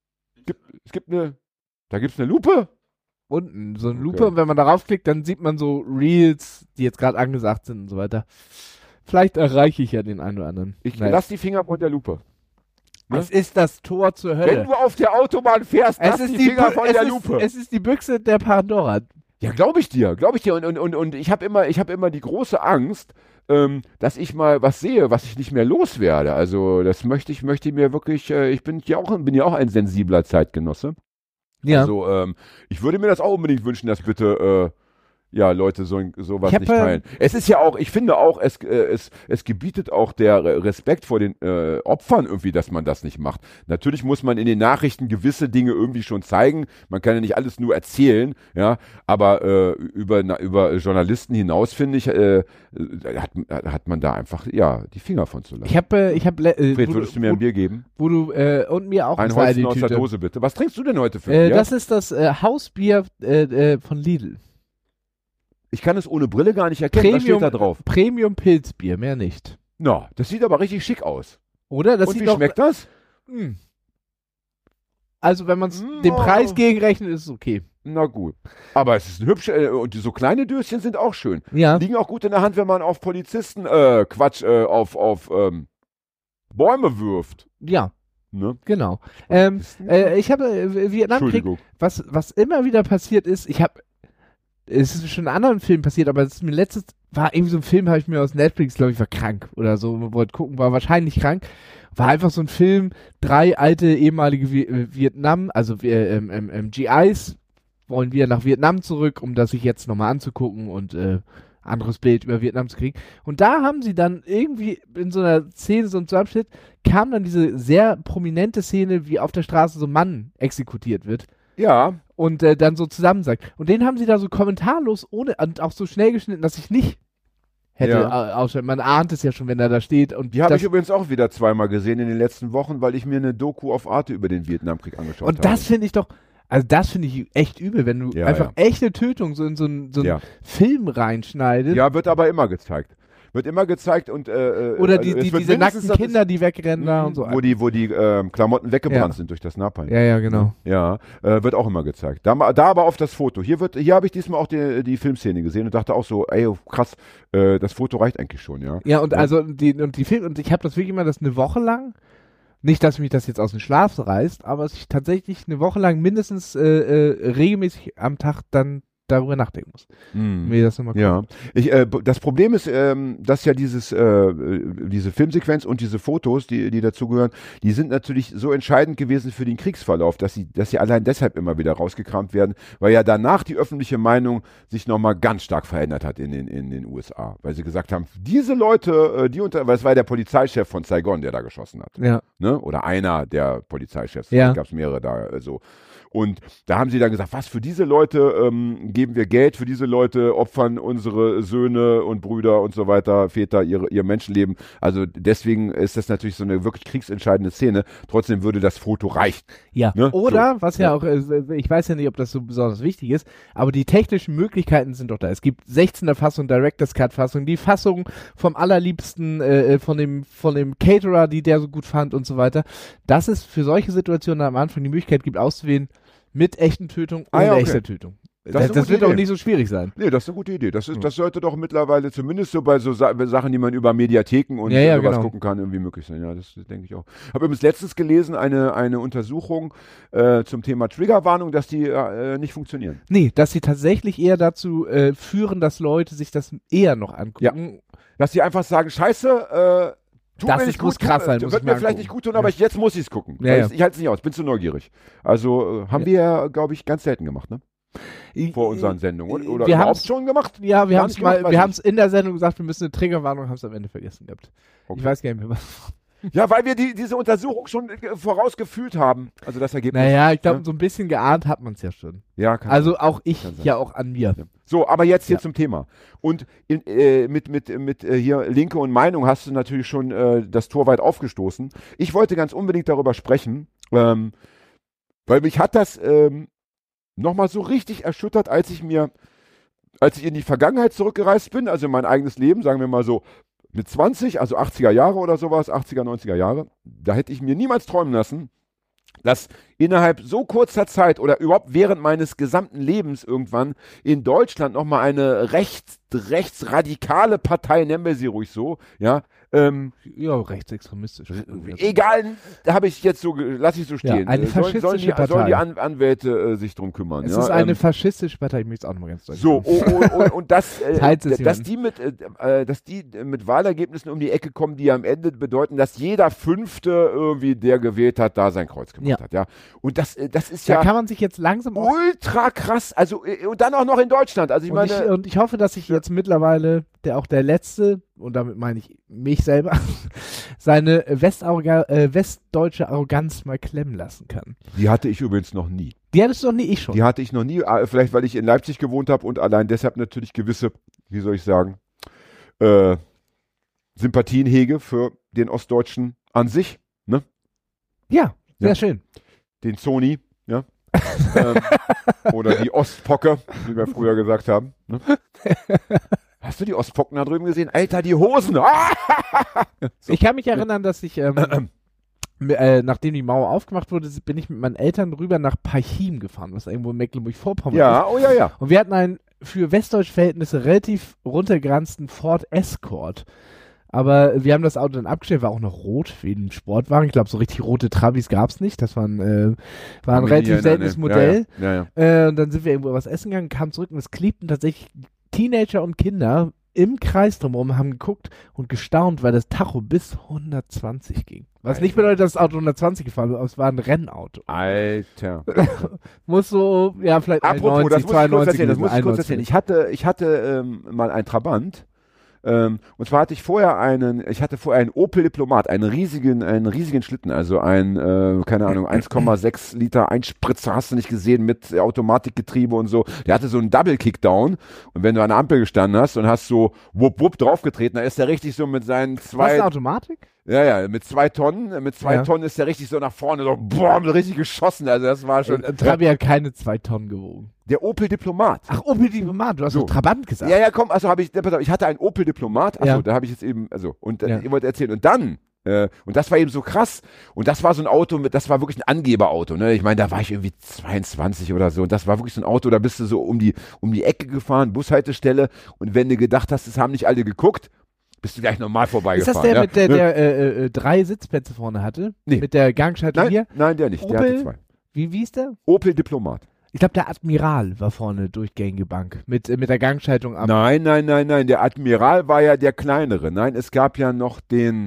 Da gibt's eine Lupe? Unten, so eine Lupe, und wenn man darauf klickt, dann sieht man so Reels, die jetzt gerade angesagt sind und so weiter. Vielleicht erreiche ich ja den einen oder anderen. Ich lass die Finger von der Lupe. Ne? Es ist das Tor zur Hölle. Wenn du auf der Autobahn fährst, lass die Finger von der Lupe. Es ist die Büchse der Pandora. Ja, glaube ich dir. Und ich habe immer die große Angst, dass ich mal was sehe, was ich nicht mehr loswerde. Also das möchte ich mir wirklich, ich bin ja auch ein sensibler Zeitgenosse. Ja. Also ich würde mir das auch unbedingt wünschen, dass bitte Leute sowas nicht teilen. Es ist ja auch, ich finde auch, es gebietet auch der Respekt vor den Opfern irgendwie, dass man das nicht macht. Natürlich muss man in den Nachrichten gewisse Dinge irgendwie schon zeigen. Man kann ja nicht alles nur erzählen, ja. Aber über Journalisten hinaus, finde ich, hat man da einfach, die Finger von zu lassen. Fred, würdest du mir ein Bier geben? Wo du, und mir auch ein Holzen aus der Dose, bitte. Was trinkst du denn heute für Bier? Das ist das Hausbier von Lidl. Ich kann es ohne Brille gar nicht erkennen. Was steht da drauf? Premium Pilzbier, mehr nicht. Na, das sieht aber richtig schick aus. Oder? Und wie schmeckt das? Also, wenn man es dem Preis gegenrechnet, ist es okay. Na gut. Aber es ist ein hübsch, und so kleine Döschen sind auch schön. Ja. Liegen auch gut in der Hand, wenn man auf Polizisten, auf Bäume wirft. Ja. Ne? Genau. Ich habe Vietnamkrieg, was immer wieder passiert ist, es ist schon in anderen Filmen passiert, aber es ist mir war irgendwie so ein Film, habe ich mir aus Netflix, glaube ich, war krank oder so, wollte gucken, war wahrscheinlich krank, war einfach so ein Film, 3 alte ehemalige Vietnam, also GIs wollen wieder nach Vietnam zurück, um das sich jetzt nochmal anzugucken und anderes Bild über Vietnam zu kriegen. Und da haben sie dann irgendwie in so einer Szene, so einem Zusammenschnitt, kam dann diese sehr prominente Szene, wie auf der Straße so ein Mann exekutiert wird. Ja. Und dann so zusammensagt. Und den haben sie da so kommentarlos, und auch so schnell geschnitten, dass ich nicht hätte ausschalten. Man ahnt es ja schon, wenn er da steht. Und die habe ich übrigens auch wieder 2-mal gesehen in den letzten Wochen, weil ich mir eine Doku auf Arte über den Vietnamkrieg angeschaut habe. Und das finde ich doch, also das finde ich echt übel, wenn du einfach echte Tötung so in so einen Film reinschneidest. Ja, wird aber immer gezeigt. Wird immer gezeigt und oder diese nackten Kinder, die wegrennen da und so. Wo die Klamotten weggebrannt sind durch das Napalm. Ja, genau. Ja, wird auch immer gezeigt. Da aber auf das Foto. Hier habe ich diesmal auch die Filmszene gesehen und dachte auch so, ey, krass, das Foto reicht eigentlich schon, ja. Ja, und also die Film, und ich habe das wirklich immer eine Woche lang, nicht, dass mich das jetzt aus dem Schlaf reißt, aber dass ich tatsächlich eine Woche lang mindestens regelmäßig am Tag dann darüber nachdenken muss. Mir das nochmal das Problem ist, dass ja diese Filmsequenz und diese Fotos, die dazugehören, die sind natürlich so entscheidend gewesen für den Kriegsverlauf, dass sie allein deshalb immer wieder rausgekramt werden, weil ja danach die öffentliche Meinung sich nochmal ganz stark verändert hat in den USA, weil sie gesagt haben, diese Leute, weil es war der Polizeichef von Saigon, der da geschossen hat. Ja. Ne? Oder einer der Polizeichefs, ja. Gab es mehrere da so. Und da haben sie dann gesagt, was, für diese Leute geben wir Geld, für diese Leute opfern unsere Söhne und Brüder und so weiter, Väter ihr Menschenleben. Also deswegen ist das natürlich so eine wirklich kriegsentscheidende Szene. Trotzdem würde das Foto reichen. Ja, ne? Oder, so. Was ja auch, ich weiß ja nicht, ob das so besonders wichtig ist, aber die technischen Möglichkeiten sind doch da. Es gibt 16er Fassung, Director's Cut Fassung, die Fassung vom allerliebsten, von dem Caterer, die der so gut fand und so weiter. Dass es für solche Situationen am Anfang die Möglichkeit gibt, auszuwählen, mit echten Tötung oder echter Tötung. Das wird auch nicht so schwierig sein. Nee, das ist eine gute Idee. Das sollte doch mittlerweile zumindest so bei so Sachen, die man über Mediatheken und sowas gucken kann, irgendwie möglich sein. Ja, das denke ich auch. Ich habe übrigens letztens gelesen, eine Untersuchung zum Thema Triggerwarnung, dass die nicht funktionieren. Nee, dass sie tatsächlich eher dazu führen, dass Leute sich das eher noch angucken. Ja. Dass sie einfach sagen, scheiße, muss krass sein. Wird mir vielleicht nicht gut tun, aber jetzt muss ich es gucken. Ich halte es nicht aus, bin zu neugierig. Also haben wir ja, glaube ich, ganz selten gemacht, ne? Vor unseren Sendungen. Oder wir überhaupt schon gemacht? Ja, wir haben es in der Sendung gesagt, wir müssen eine Triggerwarnung, haben es am Ende vergessen gehabt. Okay. Ich weiß gar nicht mehr was. Ja, weil wir diese Untersuchung schon vorausgefühlt haben. Also das Ergebnis. Naja, ich glaube, so ein bisschen geahnt hat man es ja schon. Ja, kann also sein. Auch ich, ja auch an mir. Ja. So, aber jetzt hier zum Thema. Und mit hier Linke und Meinung hast du natürlich schon das Tor weit aufgestoßen. Ich wollte ganz unbedingt darüber sprechen, weil mich hat das nochmal so richtig erschüttert, als ich in die Vergangenheit zurückgereist bin, also in mein eigenes Leben, sagen wir mal so, mit 20, also 80er Jahre oder sowas, 80er, 90er Jahre, da hätte ich mir niemals träumen lassen, dass innerhalb so kurzer Zeit oder überhaupt während meines gesamten Lebens irgendwann in Deutschland nochmal eine rechtsradikale Partei, nennen wir sie ruhig so, ja, rechtsextremistisch. Egal, habe ich jetzt so, lasse ich so stehen. Ja, eine faschistische Partei. Sollen die Anwälte sich drum kümmern. Es ist eine faschistische Partei, ich möchte es auch nochmal ganz deutlich sagen. Und dass die mit Wahlergebnissen um die Ecke kommen, die am Ende bedeuten, dass jeder Fünfte irgendwie, der gewählt hat, da sein Kreuz gemacht hat. Ja. Und das ist da kann man sich jetzt langsam ultra krass, also und dann auch noch in Deutschland. Also ich hoffe, dass ich jetzt mittlerweile auch der Letzte, und damit meine ich mich selber, seine westdeutsche Arroganz mal klemmen lassen kann. Die hatte ich übrigens noch nie. Die hattest du noch nie, ich schon. Die hatte ich noch nie, vielleicht weil ich in Leipzig gewohnt habe und allein deshalb natürlich gewisse, wie soll ich sagen, Sympathien hege für den Ostdeutschen an sich. Ne? Ja, sehr schön. Den Zoni, ja. Oder die Ostpocke, wie wir früher gesagt haben. Ne? Hast du die Ostpocken da drüben gesehen? Alter, die Hosen! So. Ich kann mich erinnern, dass ich, nachdem die Mauer aufgemacht wurde, bin ich mit meinen Eltern rüber nach Parchim gefahren, was irgendwo in Mecklenburg-Vorpommern ist. Oh ja. Und wir hatten einen für westdeutsche Verhältnisse relativ runtergeranzten Ford Escort. Aber wir haben das Auto dann abgestellt, war auch noch rot wie ein Sportwagen. Ich glaube, so richtig rote Trabis gab es nicht. Das war ein relativ seltenes Modell. Ja. Und dann sind wir irgendwo was essen gegangen, kamen zurück und es klebten tatsächlich Teenager und Kinder im Kreis drumherum, haben geguckt und gestaunt, weil das Tacho bis 120 ging. Was nicht bedeutet, dass das Auto 120 gefahren ist, aber es war ein Rennauto. Alter. Muss so, ja, vielleicht Apropos, 90, 92. Das muss ich kurz erzählen. Ich hatte mal einen Trabant. Und zwar hatte ich vorher einen Opel Diplomat, einen riesigen Schlitten, also keine Ahnung, 1,6 Liter Einspritzer, hast du nicht gesehen, mit Automatikgetriebe und so. Der hatte so einen Double Kickdown und wenn du an der Ampel gestanden hast und hast so wupp wupp draufgetreten, da ist der richtig so mit seinen zwei... Was, eine Automatik? Ja, mit 2 Tonnen. Mit 2 Tonnen ist der richtig so nach vorne, so, boah, richtig geschossen. Also das war schon. Trabi hat keine 2 Tonnen gewogen. Der Opel Diplomat. Ach, Opel Diplomat, du hast so Trabant gesagt. Ja, komm, also ich hatte einen Opel Diplomat, da habe ich jetzt eben, ich wollte erzählen. Und dann, und das war eben so krass, und das war so ein Auto, das war wirklich ein Angeberauto, ne? Ich meine, da war ich irgendwie 22 oder so, und das war wirklich so ein Auto, da bist du so um die Ecke gefahren, Bushaltestelle, und wenn du gedacht hast, es haben nicht alle geguckt, bist du gleich normal vorbeigefahren. Ist das der, der 3 Sitzplätze vorne hatte? Nee. Mit der Gangschaltung hier? Nein, der nicht. Opel, der hatte 2. Wie ist der? Opel Diplomat. Ich glaube, der Admiral war vorne durchgängige Bank. Mit der Gangschaltung ab. Nein. Der Admiral war ja der kleinere. Nein, es gab ja noch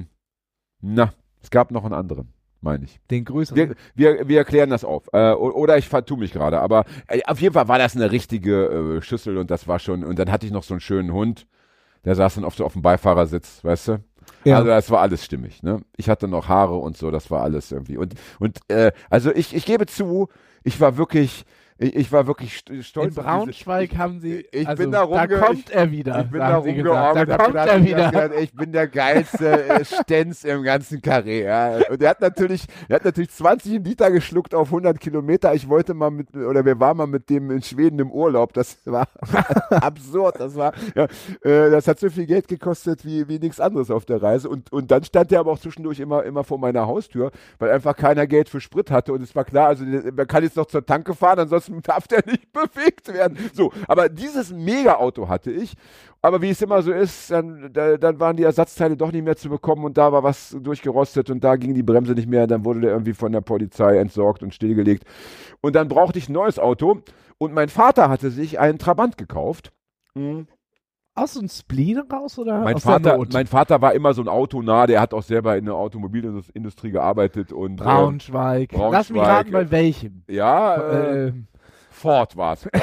es gab noch einen anderen, meine ich. Den größeren. Wir erklären das auf. Oder ich vertue mich gerade. Aber auf jeden Fall war das eine richtige Schüssel, und das war schon, und dann hatte ich noch so einen schönen Hund. Der saß dann oft so auf dem Beifahrersitz, weißt du? Ja. Also das war alles stimmig, ne? Ich hatte noch Haare und so, das war alles irgendwie. Also ich gebe zu, ich war wirklich stolz. In Braunschweig haben sie, ich bin da kommt er wieder. Ich bin da rumgearbeitet. Da kommt er wieder. Gesagt, ich bin der geilste Stenz im ganzen Karree. Ja. Und er hat natürlich 20 Liter geschluckt auf 100 Kilometer. Wir waren mal mit dem in Schweden im Urlaub. Das war absurd. Das hat so viel Geld gekostet wie nichts anderes auf der Reise. Und dann stand der aber auch zwischendurch immer vor meiner Haustür, weil einfach keiner Geld für Sprit hatte. Und es war klar, also man kann jetzt noch zur Tanke fahren, ansonsten darf der nicht bewegt werden. So, aber dieses Mega-Auto hatte ich. Aber wie es immer so ist, dann waren die Ersatzteile doch nicht mehr zu bekommen, und da war was durchgerostet, und da ging die Bremse nicht mehr. Dann wurde der irgendwie von der Polizei entsorgt und stillgelegt. Und dann brauchte ich ein neues Auto, und mein Vater hatte sich einen Trabant gekauft. Aus so einem Spleen raus, oder? Mein Vater war immer so ein Autonah, der hat auch selber in der Automobilindustrie gearbeitet. Und Braunschweig. Lass mich raten, bei welchem. Ja, Ford war es.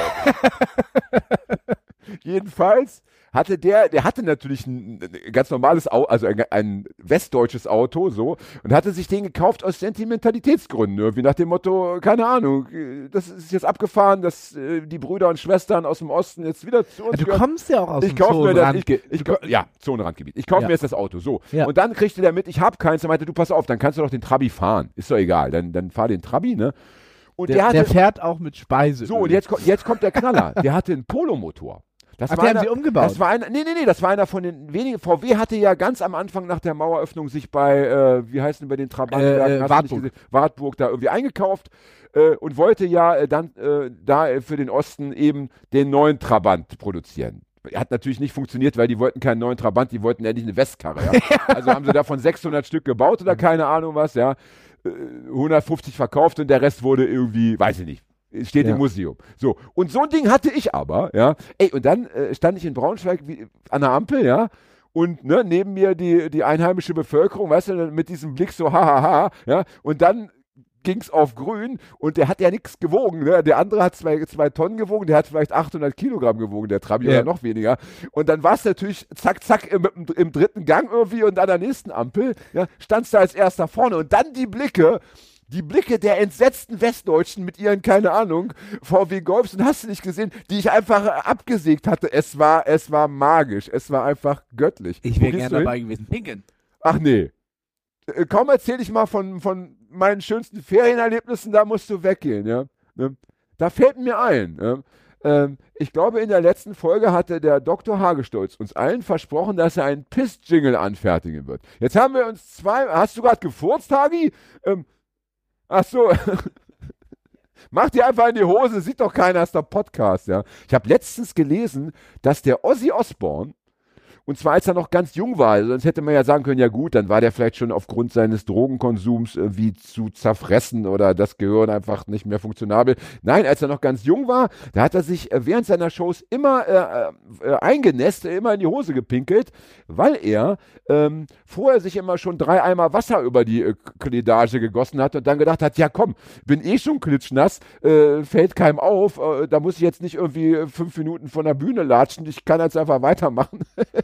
Jedenfalls hatte der hatte natürlich ein ganz normales Auto, also ein westdeutsches Auto, so, und hatte sich den gekauft aus Sentimentalitätsgründen, irgendwie nach dem Motto, keine Ahnung, das ist jetzt abgefahren, dass die Brüder und Schwestern aus dem Osten jetzt wieder zu uns Du kommst ja auch aus dem Zonenrandgebiet. Zonenrandgebiet. Ich kaufe mir jetzt das Auto, so. Ja. Und dann kriegte der mit, ich habe keins, und meinte, du, pass auf, dann kannst du doch den Trabi fahren. Ist doch egal, dann fahr den Trabi, ne? Und der fährt auch mit Speise. So, und jetzt kommt der Knaller. Der hatte einen Polomotor. Den haben sie umgebaut? Das war einer von den wenigen. VW hatte ja ganz am Anfang nach der Maueröffnung sich bei, wie heißen bei den Trabantwerken? Wartburg da irgendwie eingekauft und wollte ja dann da für den Osten eben den neuen Trabant produzieren. Hat natürlich nicht funktioniert, weil die wollten keinen neuen Trabant, die wollten endlich eine Westkarre. Ja? Also haben sie davon 600 Stück gebaut oder keine Ahnung was, ja. 150 verkauft, und der Rest wurde irgendwie, weiß ich nicht, steht im Museum. So, und so ein Ding hatte ich aber, ja. Und dann stand ich in Braunschweig an der Ampel, ja, und neben mir die einheimische Bevölkerung, weißt du, mit diesem Blick so, hahaha, ja, und dann ging's auf grün, und der hat ja nichts gewogen, ne? Der andere hat zwei Tonnen gewogen, der hat vielleicht 800 Kilogramm gewogen, der Trabi, oder noch weniger. Und dann war es natürlich zack, im dritten Gang irgendwie, und an der nächsten Ampel, ja, standst du als erster vorne, und dann die Blicke der entsetzten Westdeutschen mit ihren, keine Ahnung, VW Golfs, und hast du nicht gesehen, die ich einfach abgesägt hatte. Es war magisch, es war einfach göttlich. Ich wäre gerne dabei gewesen. Pinken. Ach nee. Kaum erzähle ich mal von meinen schönsten Ferienerlebnissen, da musst du weggehen, ja. Da fällt mir ein, ich glaube, in der letzten Folge hatte der Dr. Hagestolz uns allen versprochen, dass er einen Piss-Jingle anfertigen wird. Jetzt haben wir uns hast du gerade gefurzt, Hagi? Ach so. Mach dir einfach in die Hose, sieht doch keiner, ist doch Podcast, ja. Ich habe letztens gelesen, dass der Ozzy Osbourne, und zwar als er noch ganz jung war, also sonst hätte man ja sagen können, ja gut, dann war der vielleicht schon aufgrund seines Drogenkonsums irgendwie zu zerfressen oder das Gehirn einfach nicht mehr funktionabel. Nein, als er noch ganz jung war, da hat er sich während seiner Shows immer eingenässt, immer in die Hose gepinkelt, weil er vorher sich immer schon 3 Eimer Wasser über die Kledage gegossen hat und dann gedacht hat, ja komm, bin eh schon klitschnass, fällt keinem auf, da muss ich jetzt nicht irgendwie 5 Minuten von der Bühne latschen, ich kann jetzt einfach weitermachen.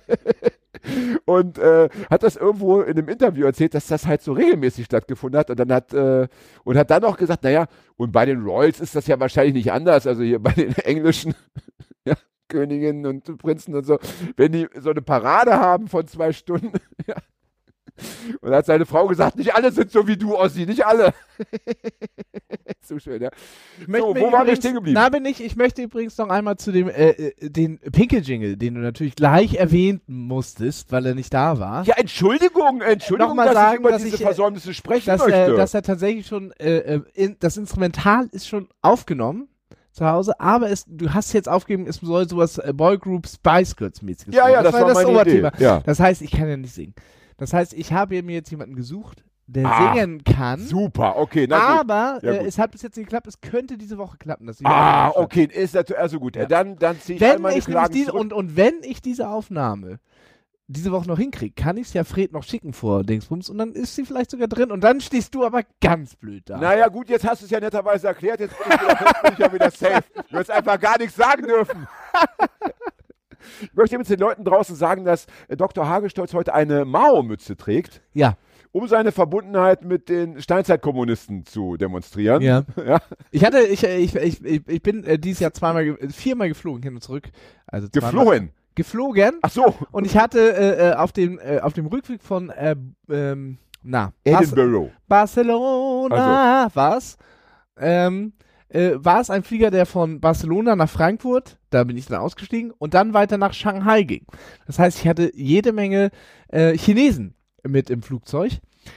Und hat das irgendwo in einem Interview erzählt, dass das halt so regelmäßig stattgefunden hat, und dann hat dann auch gesagt, naja, und bei den Royals ist das ja wahrscheinlich nicht anders, also hier bei den englischen ja, Königinnen und Prinzen und so, wenn die so eine Parade haben von 2 Stunden, ja, Und da hat seine Frau gesagt, nicht alle sind so wie du, Ossi, nicht alle. So schön, ja. So, wo waren wir stehen geblieben? Ich möchte übrigens noch einmal zu dem den Pinkel-Jingle, den du natürlich gleich erwähnen musstest, weil er nicht da war. Ja, Entschuldigung, dass ich über diese Versäumnisse sprechen möchte. Dass er tatsächlich schon, das Instrumental ist schon aufgenommen zu Hause, aber du hast jetzt aufgegeben, es soll sowas Boygroup Spice Girls mäßiges sein. Ja, das war das Oberthema. Ja. Das heißt, ich kann ja nicht singen. Das heißt, ich habe mir jetzt jemanden gesucht, der singen kann. Super, okay. Na gut. Aber es hat bis jetzt nicht geklappt. Es könnte diese Woche klappen. Dass okay. Ist natürlich, also gut. Ja. Dann ziehe ich einmal die Klagen zurück. Und wenn ich diese Aufnahme diese Woche noch hinkriege, kann ich es ja Fred noch schicken vor Dingsbums und dann ist sie vielleicht sogar drin und dann stehst du aber ganz blöd da. Naja gut, jetzt hast du es ja netterweise erklärt. Jetzt bin ich ja wieder safe. Du hättest einfach gar nichts sagen dürfen. Ich möchte jetzt den Leuten draußen sagen, dass Dr. Hagestolz heute eine Mao-Mütze trägt. Ja. Um seine Verbundenheit mit den Steinzeitkommunisten zu demonstrieren. Ja. Ich bin dieses Jahr viermal geflogen hin und zurück. Also geflogen. Ach so. Und ich hatte auf dem Rückweg von Edinburgh. Barcelona war es ein Flieger, der von Barcelona nach Frankfurt, da bin ich dann ausgestiegen, und dann weiter nach Shanghai ging. Das heißt, ich hatte jede Menge Chinesen mit im Flugzeug.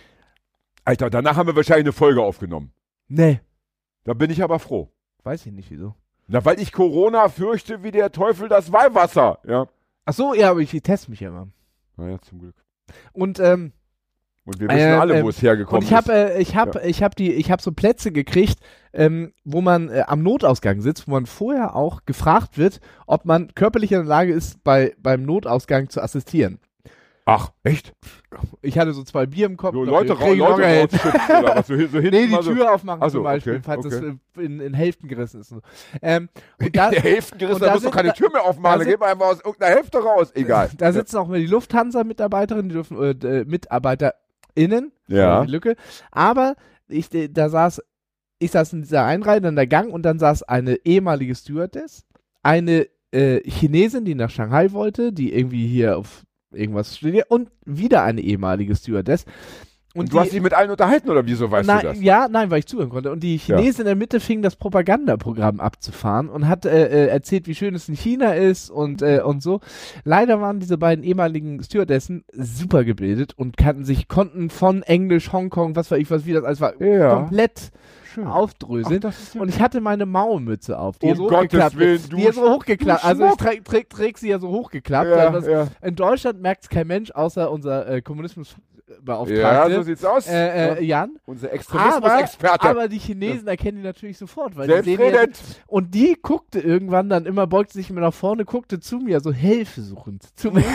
Alter, danach haben wir wahrscheinlich eine Folge aufgenommen. Nee. Da bin ich aber froh. Weiß ich nicht, wieso. Na, weil ich Corona fürchte wie der Teufel das Weihwasser, ja. Ach so, ja, aber ich teste mich ja immer. Naja, zum Glück. Und wir wissen alle, wo es hergekommen ist. Ich habe so Plätze gekriegt, wo man am Notausgang sitzt, wo man vorher auch gefragt wird, ob man körperlich in der Lage ist, beim Notausgang zu assistieren. Ach, echt? Ich hatte so 2 Bier im Kopf. So, Leute rausschützen oder was? So nee, die Tür aufmachen zum Beispiel, falls es in Hälften gerissen ist. In Hälften gerissen, da musst du keine Tür mehr aufmachen, da geht man einfach aus irgendeiner Hälfte raus, egal. Da sitzen auch die Lufthansa-Mitarbeiterinnen, die dürfen MitarbeiterInnen, ja. Die Lücke, aber ich saß in dieser Einreihe, dann der Gang und dann saß eine ehemalige Stewardess, eine Chinesin, die nach Shanghai wollte, die irgendwie hier auf irgendwas studiert und wieder eine ehemalige Stewardess. Und du hast dich mit allen unterhalten oder wieso weißt du das? Ja, nein, weil ich zuhören konnte. Und die Chinesin in der Mitte fing das Propagandaprogramm abzufahren und hat erzählt, wie schön es in China ist und so. Leider waren diese beiden ehemaligen Stewardessen super gebildet und konnten von Englisch, Hongkong, was weiß ich, wie das alles war, komplett aufdröseln. Und ich hatte meine Mao-Mütze auf, die so hochgeklappt ist. Die ist so hochgeklappt. Also ich träg sie ja so hochgeklappt. In Deutschland merkt es kein Mensch, außer unser Kommunismusbeauftragte. Ja, so sieht's aus. Jan. Unser Extremismus-Experte. Aber die Chinesen erkennen die natürlich sofort. Weil die sehen und die guckte irgendwann dann immer, beugte sich immer nach vorne, guckte zu mir, so Hilfe suchend zu mir.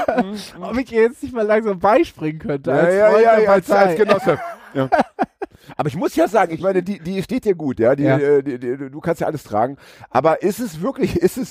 Ob ich ihr jetzt nicht mal langsam beispringen könnte. Als Genosse. Ja. Aber ich muss ja sagen, ich meine, die steht dir gut, ja, du kannst ja alles tragen, aber ist es wirklich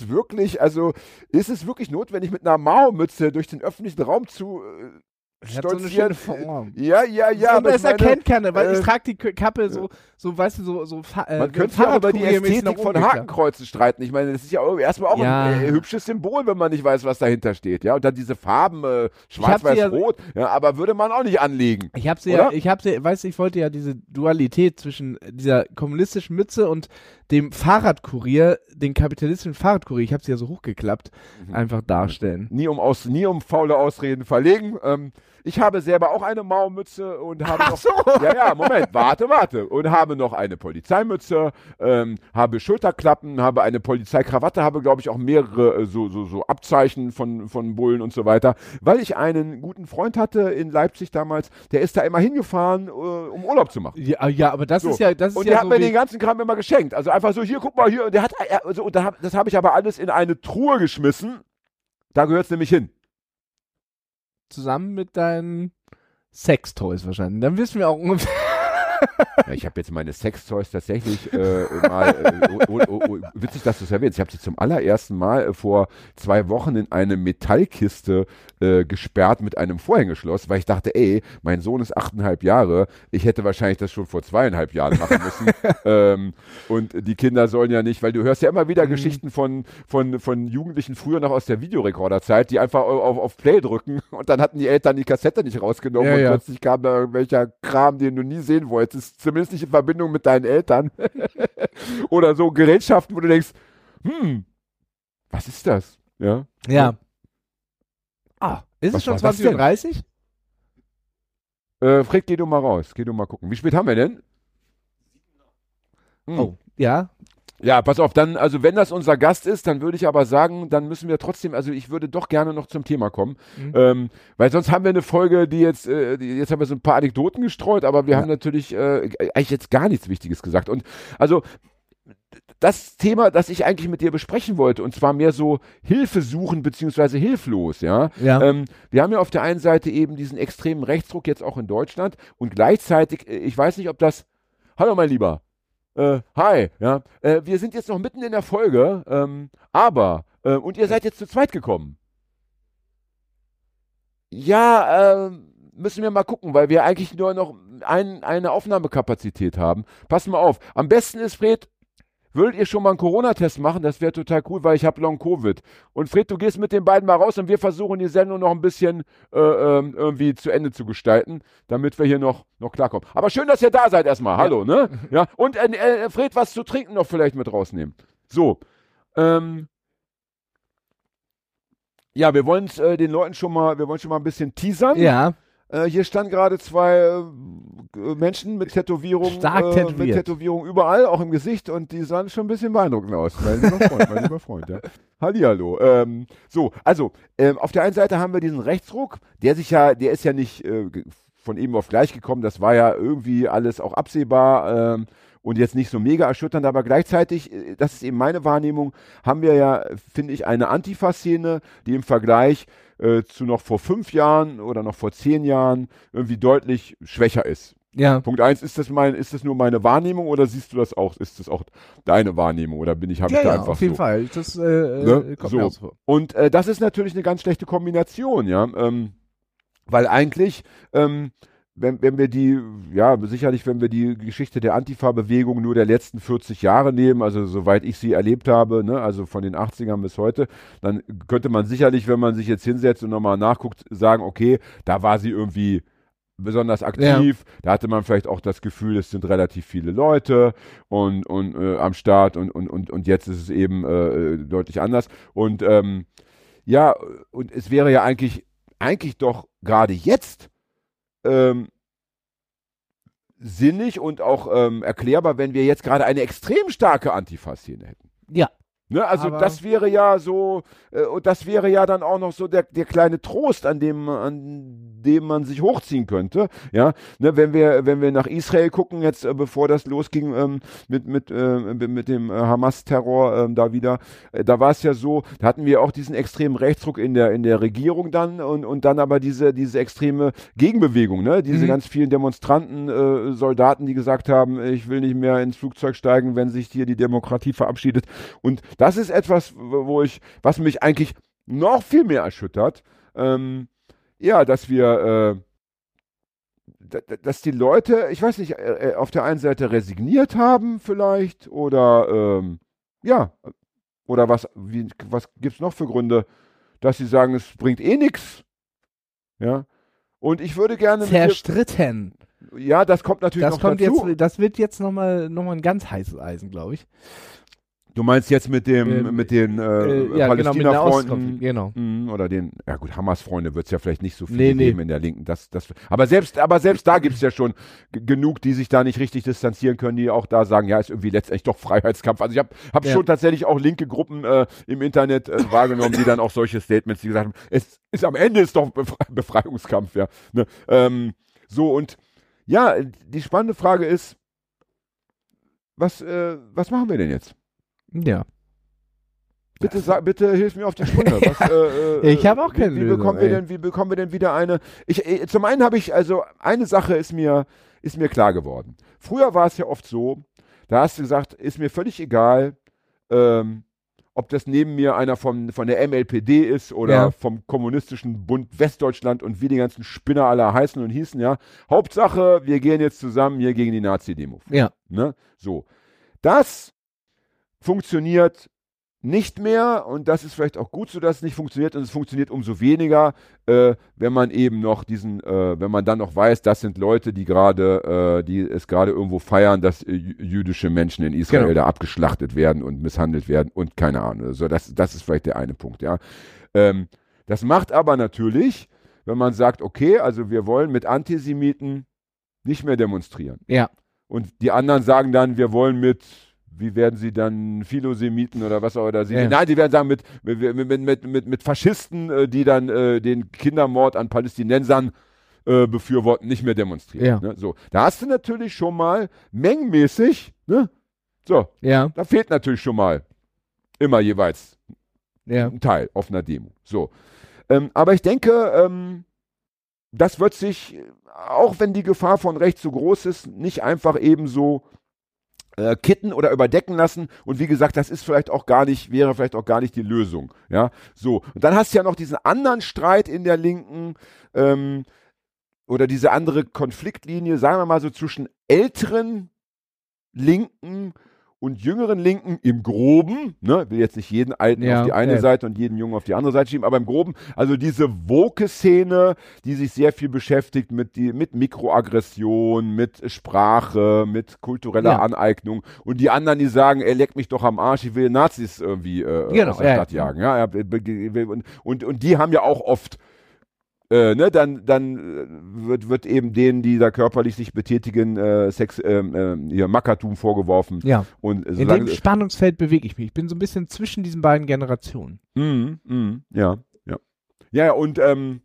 notwendig, mit einer Mao-Mütze durch den öffentlichen Raum zu stolzieren? So eine schöne Form. Ja. Und es erkennt keiner, weil ich trage die Kappe so weißt du, man könnte ja über die Ästhetik von Hakenkreuzen streiten. Ich meine, das ist ja erstmal auch ein hübsches Symbol, wenn man nicht weiß, was dahinter steht, ja. Und dann diese Farben, schwarz, weiß, rot, ja, aber würde man auch nicht anlegen. Ich wollte ja diese Dualität zwischen dieser kommunistischen Mütze und dem Fahrradkurier, den kapitalistischen Fahrradkurier, ich habe sie ja so hochgeklappt, einfach darstellen. Nie um faule Ausreden verlegen. Ich habe selber auch eine Mao-Mütze und habe Moment, warte. Und habe noch eine Polizeimütze, habe Schulterklappen, habe eine Polizeikrawatte, habe, glaube ich, auch mehrere so Abzeichen von Bullen und so weiter, weil ich einen guten Freund hatte in Leipzig damals, der ist da immer hingefahren, um Urlaub zu machen. Ja, aber das ist ja und der hat mir den ganzen Kram immer geschenkt. Also einfach so, hier, guck mal, hier. Und das habe ich aber alles in eine Truhe geschmissen. Da gehört es nämlich hin. Zusammen mit deinen Sextoys wahrscheinlich. Dann wissen wir auch ungefähr. Ja, ich habe jetzt meine Sextoys tatsächlich mal, witzig, dass du es erwähnst, ich habe sie zum allerersten Mal vor 2 Wochen in eine Metallkiste gesperrt mit einem Vorhängeschloss, weil ich dachte, ey, mein Sohn ist 8,5 Jahre, ich hätte wahrscheinlich das schon vor 2,5 Jahren machen müssen. Und die Kinder sollen ja nicht, weil du hörst ja immer wieder Geschichten von Jugendlichen früher noch aus der Videorekorderzeit, die einfach auf Play drücken und dann hatten die Eltern die Kassette nicht rausgenommen und plötzlich kam da irgendwelcher Kram, den du nie sehen wolltest, zumindest nicht in Verbindung mit deinen Eltern. Oder so Gerätschaften, wo du denkst, was ist das? Ja. Ist es schon 20:30 Uhr? Fred, geh du mal raus. Geh du mal gucken. Wie spät haben wir denn? Oh, ja. Ja, pass auf, dann, also wenn das unser Gast ist, dann würde ich aber sagen, dann müssen wir trotzdem, also ich würde doch gerne noch zum Thema kommen, weil sonst haben wir eine Folge, jetzt haben wir so ein paar Anekdoten gestreut, aber wir haben natürlich eigentlich jetzt gar nichts Wichtiges gesagt. Und also das Thema, das ich eigentlich mit dir besprechen wollte, und zwar mehr so Hilfe suchen beziehungsweise hilflos, ja. Wir haben ja auf der einen Seite eben diesen extremen Rechtsruck jetzt auch in Deutschland und gleichzeitig, ich weiß nicht, ob das, hallo mein Lieber, hi, ja, wir sind jetzt noch mitten in der Folge, und ihr seid jetzt zu zweit gekommen. Ja, müssen wir mal gucken, weil wir eigentlich nur noch eine Aufnahmekapazität haben. Pass mal auf, am besten ist, Fred, würdet ihr schon mal einen Corona-Test machen? Das wäre total cool, weil ich habe Long-Covid. Und Fred, du gehst mit den beiden mal raus und wir versuchen die Sendung noch ein bisschen irgendwie zu Ende zu gestalten, damit wir hier noch klarkommen. Aber schön, dass ihr da seid erstmal. Hallo, ne? Ja. Und Fred, was zu trinken noch vielleicht mit rausnehmen. So. Ja, wir wollen den Leuten schon mal ein bisschen teasern. Ja. Hier standen gerade 2 Menschen mit Tätowierungen. Stark tätowiert. Mit Tätowierungen überall, auch im Gesicht, und die sahen schon ein bisschen beeindruckend aus. Mein lieber Freund, ja. Hallihallo. So, also, auf der einen Seite haben wir diesen Rechtsruck, der ist ja nicht von eben auf gleich gekommen, das war ja irgendwie alles auch absehbar und jetzt nicht so mega erschütternd, aber gleichzeitig, das ist eben meine Wahrnehmung, haben wir ja, finde ich, eine Antifa-Szene, die im Vergleich zu noch vor 5 Jahren oder noch vor 10 Jahren irgendwie deutlich schwächer ist. Ja. Punkt 1, ist das nur meine Wahrnehmung oder siehst du das auch? Ist das auch deine Wahrnehmung oder habe ich da einfach auf jeden so? Fall. Das kommt so. mir auch so vor. Und das ist natürlich eine ganz schlechte Kombination, ja, weil eigentlich wenn wir die Geschichte der Antifa-Bewegung nur der letzten 40 Jahre nehmen, also soweit ich sie erlebt habe, ne, also von den 80ern bis heute, dann könnte man sicherlich, wenn man sich jetzt hinsetzt und nochmal nachguckt, sagen, okay, da war sie irgendwie besonders aktiv, da hatte man vielleicht auch das Gefühl, es sind relativ viele Leute und am Start und jetzt ist es eben deutlich anders und und es wäre ja eigentlich doch gerade jetzt sinnig und auch erklärbar, wenn wir jetzt gerade eine extrem starke Antifa-Szene hätten. Ja. Ne, also das wäre ja so, und das wäre ja dann auch noch so der kleine Trost, an dem man sich hochziehen könnte. Ja, ne, wenn wir nach Israel gucken, jetzt bevor das losging mit dem Hamas-Terror da wieder, da war es ja so, da hatten wir auch diesen extremen Rechtsruck in der Regierung dann und dann aber diese extreme Gegenbewegung, ne, diese ganz vielen Demonstranten, Soldaten, die gesagt haben, ich will nicht mehr ins Flugzeug steigen, wenn sich hier die Demokratie verabschiedet. Und das ist etwas, was mich eigentlich noch viel mehr erschüttert, dass dass die Leute, ich weiß nicht, auf der einen Seite resigniert haben vielleicht oder oder was gibt's noch für Gründe, dass sie sagen, es bringt eh nichts, ja, und ich würde gerne zerstritten. Ja, das kommt natürlich noch dazu. Das wird jetzt nochmal ein ganz heißes Eisen, glaube ich. Du meinst jetzt mit den Palästina-Freunden, genau. Oder Hamas-Freunde wird es ja vielleicht nicht so viele geben in der Linken. Aber selbst da gibt es ja schon genug, die sich da nicht richtig distanzieren können, die auch da sagen, ja, ist irgendwie letztendlich doch Freiheitskampf. Also ich habe schon tatsächlich auch linke Gruppen im Internet wahrgenommen, die dann auch solche Statements, die gesagt haben, es ist am Ende ist doch Befreiungskampf, ja. Ne? Die spannende Frage ist, was machen wir denn jetzt? Ja. Bitte hilf mir auf die Sprünge. Ich habe auch keine Lösung. Wie bekommen wir denn wieder eine? Zum einen habe ich, also eine Sache ist mir ist mir klar geworden. Früher war es ja oft so, da hast du gesagt, ist mir völlig egal, ob das neben mir einer von der MLPD ist oder vom Kommunistischen Bund Westdeutschland und wie die ganzen Spinner alle heißen und hießen, ja. Hauptsache, wir gehen jetzt zusammen hier gegen die Nazi-Demo. Ja. Ne? So. Das funktioniert nicht mehr und das ist vielleicht auch gut so, dass es nicht funktioniert und es funktioniert umso weniger, wenn man eben noch wenn man dann noch weiß, das sind Leute, die es gerade irgendwo feiern, dass jüdische Menschen in Israel da abgeschlachtet werden und misshandelt werden und keine Ahnung. Also das ist vielleicht der eine Punkt, ja. Das macht aber natürlich, wenn man sagt, okay, also wir wollen mit Antisemiten nicht mehr demonstrieren. Ja. Und die anderen sagen dann, wir wollen wie werden sie dann, Philosemiten oder was auch immer. Nein, die werden sagen, mit Faschisten, die dann den Kindermord an Palästinensern befürworten, nicht mehr demonstrieren. Ja. Ne? So, da hast du natürlich schon mal mengenmäßig, ne? So, da fehlt natürlich schon mal immer jeweils ein Teil auf einer Demo. So, aber ich denke, das wird sich, auch wenn die Gefahr von rechts so groß ist, nicht einfach ebenso kitten oder überdecken lassen und wie gesagt, das ist wäre vielleicht auch gar nicht die Lösung, ja, so. Und dann hast du ja noch diesen anderen Streit in der Linken, oder diese andere Konfliktlinie, sagen wir mal so zwischen älteren Linken und jüngeren Linken im Groben, ne, will jetzt nicht jeden Alten auf die eine Seite und jeden Jungen auf die andere Seite schieben, aber im Groben, also diese Woke-Szene, die sich sehr viel beschäftigt mit Mikroaggression, mit Sprache, mit kultureller Aneignung und die anderen, die sagen, leck mich doch am Arsch, ich will Nazis irgendwie aus der Stadt jagen. Ja, und die haben ja auch oft dann wird eben denen, die da körperlich sich betätigen, Mackertum vorgeworfen. Ja. Und in dem Spannungsfeld bewege ich mich. Ich bin so ein bisschen zwischen diesen beiden Generationen. Ja, und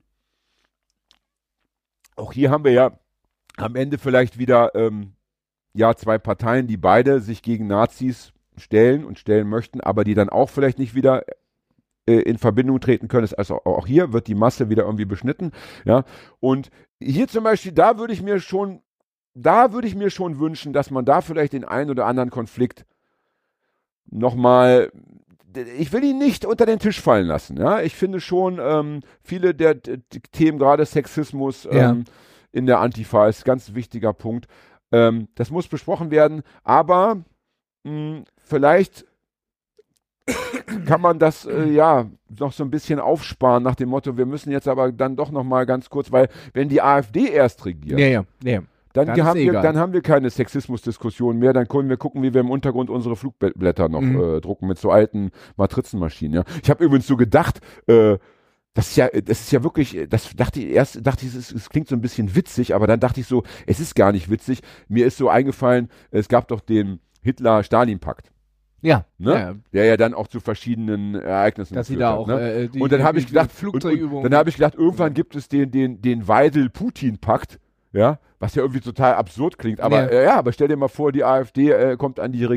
auch hier haben wir ja am Ende vielleicht wieder zwei Parteien, die beide sich gegen Nazis stellen und stellen möchten, aber die dann auch vielleicht nicht wieder in Verbindung treten können. Also auch hier wird die Masse wieder irgendwie beschnitten, ja. Und hier zum Beispiel, da würde ich mir schon wünschen, dass man da vielleicht den einen oder anderen Konflikt nochmal, ich will ihn nicht unter den Tisch fallen lassen, ja. Ich finde schon, viele der Themen, gerade Sexismus in der Antifa ist ein ganz wichtiger Punkt. Das muss besprochen werden, aber vielleicht kann man das noch so ein bisschen aufsparen nach dem Motto, wir müssen jetzt aber dann doch noch mal ganz kurz, weil wenn die AfD erst regiert, dann haben wir keine Sexismusdiskussion mehr, dann können wir gucken, wie wir im Untergrund unsere Flugblätter noch drucken mit so alten Matrizenmaschinen. Ja. Ich habe übrigens so gedacht, das ist ja wirklich, das dachte ich, es klingt so ein bisschen witzig, aber dann dachte ich so, es ist gar nicht witzig. Mir ist so eingefallen, es gab doch den Hitler-Stalin-Pakt. Ja, ne? Der ja dann auch zu verschiedenen Ereignissen dass sie da auch ne? Und dann habe ich gedacht, irgendwann gibt es den Weidel-Putin-Pakt, ja, was ja irgendwie total absurd klingt, aber aber stell dir mal vor, die AfD kommt in die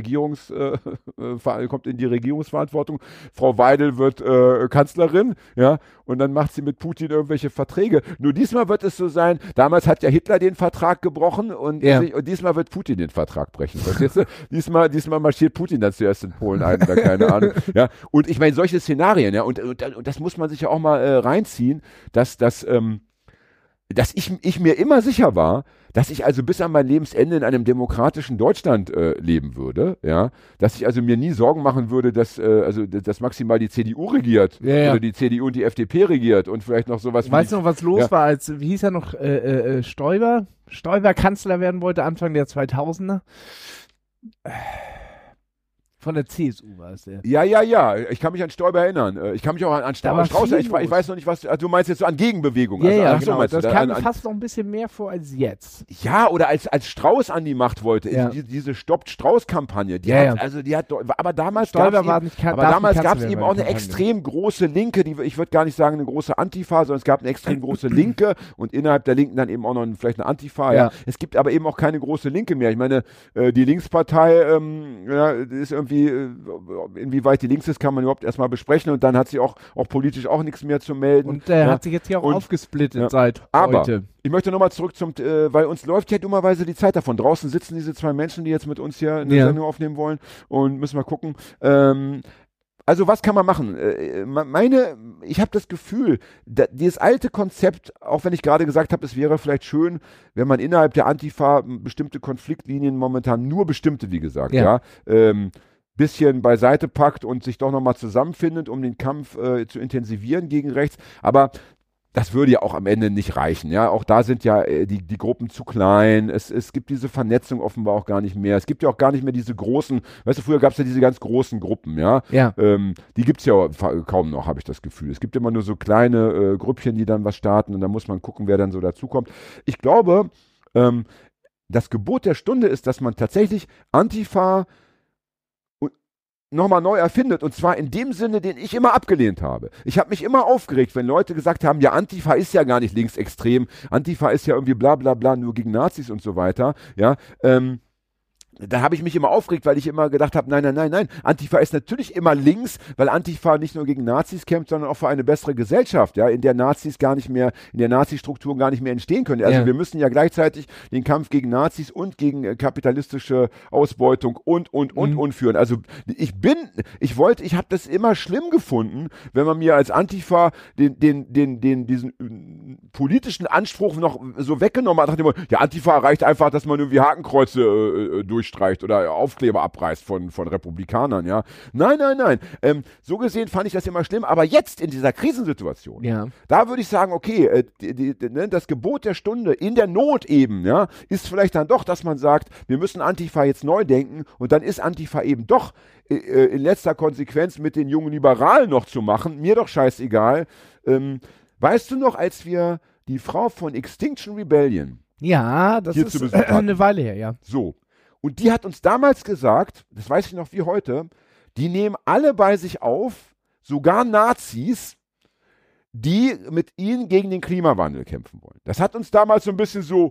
Regierungsverantwortung, Frau Weidel wird Kanzlerin, ja, und dann macht sie mit Putin irgendwelche Verträge. Nur diesmal wird es so sein, damals hat ja Hitler den Vertrag gebrochen und diesmal wird Putin den Vertrag brechen. Verstehst du? Diesmal marschiert Putin dann zuerst in Polen ein oder keine Ahnung. Ja, und ich meine, solche Szenarien, ja, und das muss man sich ja auch mal reinziehen, dass ich mir immer sicher war, dass ich also bis an mein Lebensende in einem demokratischen Deutschland leben würde, ja, dass ich also mir nie Sorgen machen würde, dass maximal die CDU regiert oder die CDU und die FDP regiert und vielleicht noch sowas. Weißt du noch, was los war, als, wie hieß er noch, Stoiber Kanzler werden wollte, Anfang der 2000er? Von der CSU war es der. Ja. Ich kann mich an Stoiber erinnern. Ich kann mich auch an Strauß. Ich weiß noch nicht, was du meinst jetzt so an Gegenbewegung. Ja, genau. Das kam fast noch ein bisschen mehr vor als jetzt. Ja, oder als Strauß an die Macht wollte. Ja. Diese Stoppt-Strauß-Kampagne. Aber damals gab es eben auch eine extrem große Linke, ich würde gar nicht sagen eine große Antifa, sondern es gab eine extrem große Linke und innerhalb der Linken dann eben auch noch vielleicht eine Antifa. Ja. Es gibt aber eben auch keine große Linke mehr. Ich meine, die Linkspartei ist irgendwie inwieweit die links ist, kann man überhaupt erstmal besprechen und dann hat sie auch politisch auch nichts mehr zu melden. Und hat sich jetzt hier auch aufgesplittet seit heute. Aber ich möchte nochmal zurück weil uns läuft ja dummerweise die Zeit davon. Draußen sitzen diese 2 Menschen, die jetzt mit uns hier eine Sendung aufnehmen wollen und müssen mal gucken. Also was kann man machen? Ich habe das Gefühl, dieses alte Konzept, auch wenn ich gerade gesagt habe, es wäre vielleicht schön, wenn man innerhalb der Antifa bestimmte Konfliktlinien momentan nur bestimmte, wie gesagt, bisschen beiseite packt und sich doch nochmal zusammenfindet, um den Kampf zu intensivieren gegen rechts. Aber das würde ja auch am Ende nicht reichen, ja. Auch da sind ja die Gruppen zu klein. Es gibt diese Vernetzung offenbar auch gar nicht mehr. Es gibt ja auch gar nicht mehr diese großen, weißt du, früher gab es ja diese ganz großen Gruppen, ja. Die gibt es ja kaum noch, habe ich das Gefühl. Es gibt immer nur so kleine Grüppchen, die dann was starten und da muss man gucken, wer dann so dazukommt. Ich glaube, das Gebot der Stunde ist, dass man tatsächlich Antifa nochmal neu erfindet und zwar in dem Sinne, den ich immer abgelehnt habe. Ich habe mich immer aufgeregt, wenn Leute gesagt haben, ja, Antifa ist ja gar nicht linksextrem, Antifa ist ja irgendwie bla bla bla, nur gegen Nazis und so weiter, ja, da habe ich mich immer aufgeregt, weil ich immer gedacht habe, nein, Antifa ist natürlich immer links, weil Antifa nicht nur gegen Nazis kämpft, sondern auch für eine bessere Gesellschaft, ja, in der Nazis gar nicht mehr, in der Nazi-Strukturen gar nicht mehr entstehen können. Also wir müssen ja gleichzeitig den Kampf gegen Nazis und gegen kapitalistische Ausbeutung und führen. Also ich habe das immer schlimm gefunden, wenn man mir als Antifa diesen politischen Anspruch noch so weggenommen hat, nach dem Motto, ja, Antifa reicht einfach, dass man irgendwie Hakenkreuze durchstreicht oder Aufkleber abreißt von Republikanern, ja. Nein. So gesehen fand ich das immer schlimm, aber jetzt in dieser Krisensituation, da würde ich sagen, okay, das Gebot der Stunde in der Not eben, ja, ist vielleicht dann doch, dass man sagt, wir müssen Antifa jetzt neu denken und dann ist Antifa eben doch in letzter Konsequenz mit den jungen Liberalen noch zu machen, mir doch scheißegal. Weißt du noch, als wir die Frau von Extinction Rebellion das ist eine Weile her, ja. So. Und die hat uns damals gesagt, das weiß ich noch wie heute, die nehmen alle bei sich auf, sogar Nazis, die mit ihnen gegen den Klimawandel kämpfen wollen. Das hat uns damals so ein bisschen so,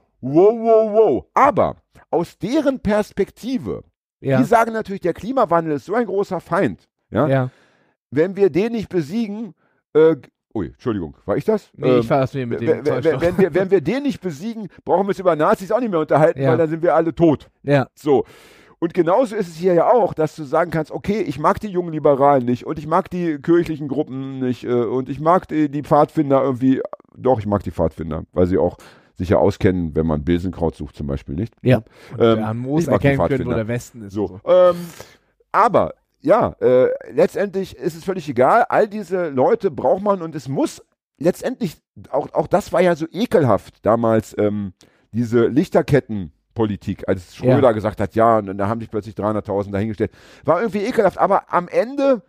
wow. Aber aus deren Perspektive, die sagen natürlich, der Klimawandel ist so ein großer Feind. Ja? Wenn wir den nicht besiegen, Entschuldigung, war ich das? Nee, ich war das mit dem wenn wir den nicht besiegen, brauchen wir uns über Nazis auch nicht mehr unterhalten, weil dann sind wir alle tot. Ja. So. Und genauso ist es hier ja auch, dass du sagen kannst, okay, ich mag die jungen Liberalen nicht und ich mag die kirchlichen Gruppen nicht und ich mag die Pfadfinder irgendwie, doch, ich mag die Pfadfinder, weil sie auch sich ja auskennen, wenn man Bilsenkraut sucht zum Beispiel, nicht? Ja. An Moos erkennen können, wo der Westen ist. So. Aber letztendlich ist es völlig egal. All diese Leute braucht man und es muss letztendlich, auch das war ja so ekelhaft damals, diese Lichterkettenpolitik, als Schröder gesagt hat, und da haben sich plötzlich 300.000 dahingestellt. War irgendwie ekelhaft, aber am Ende,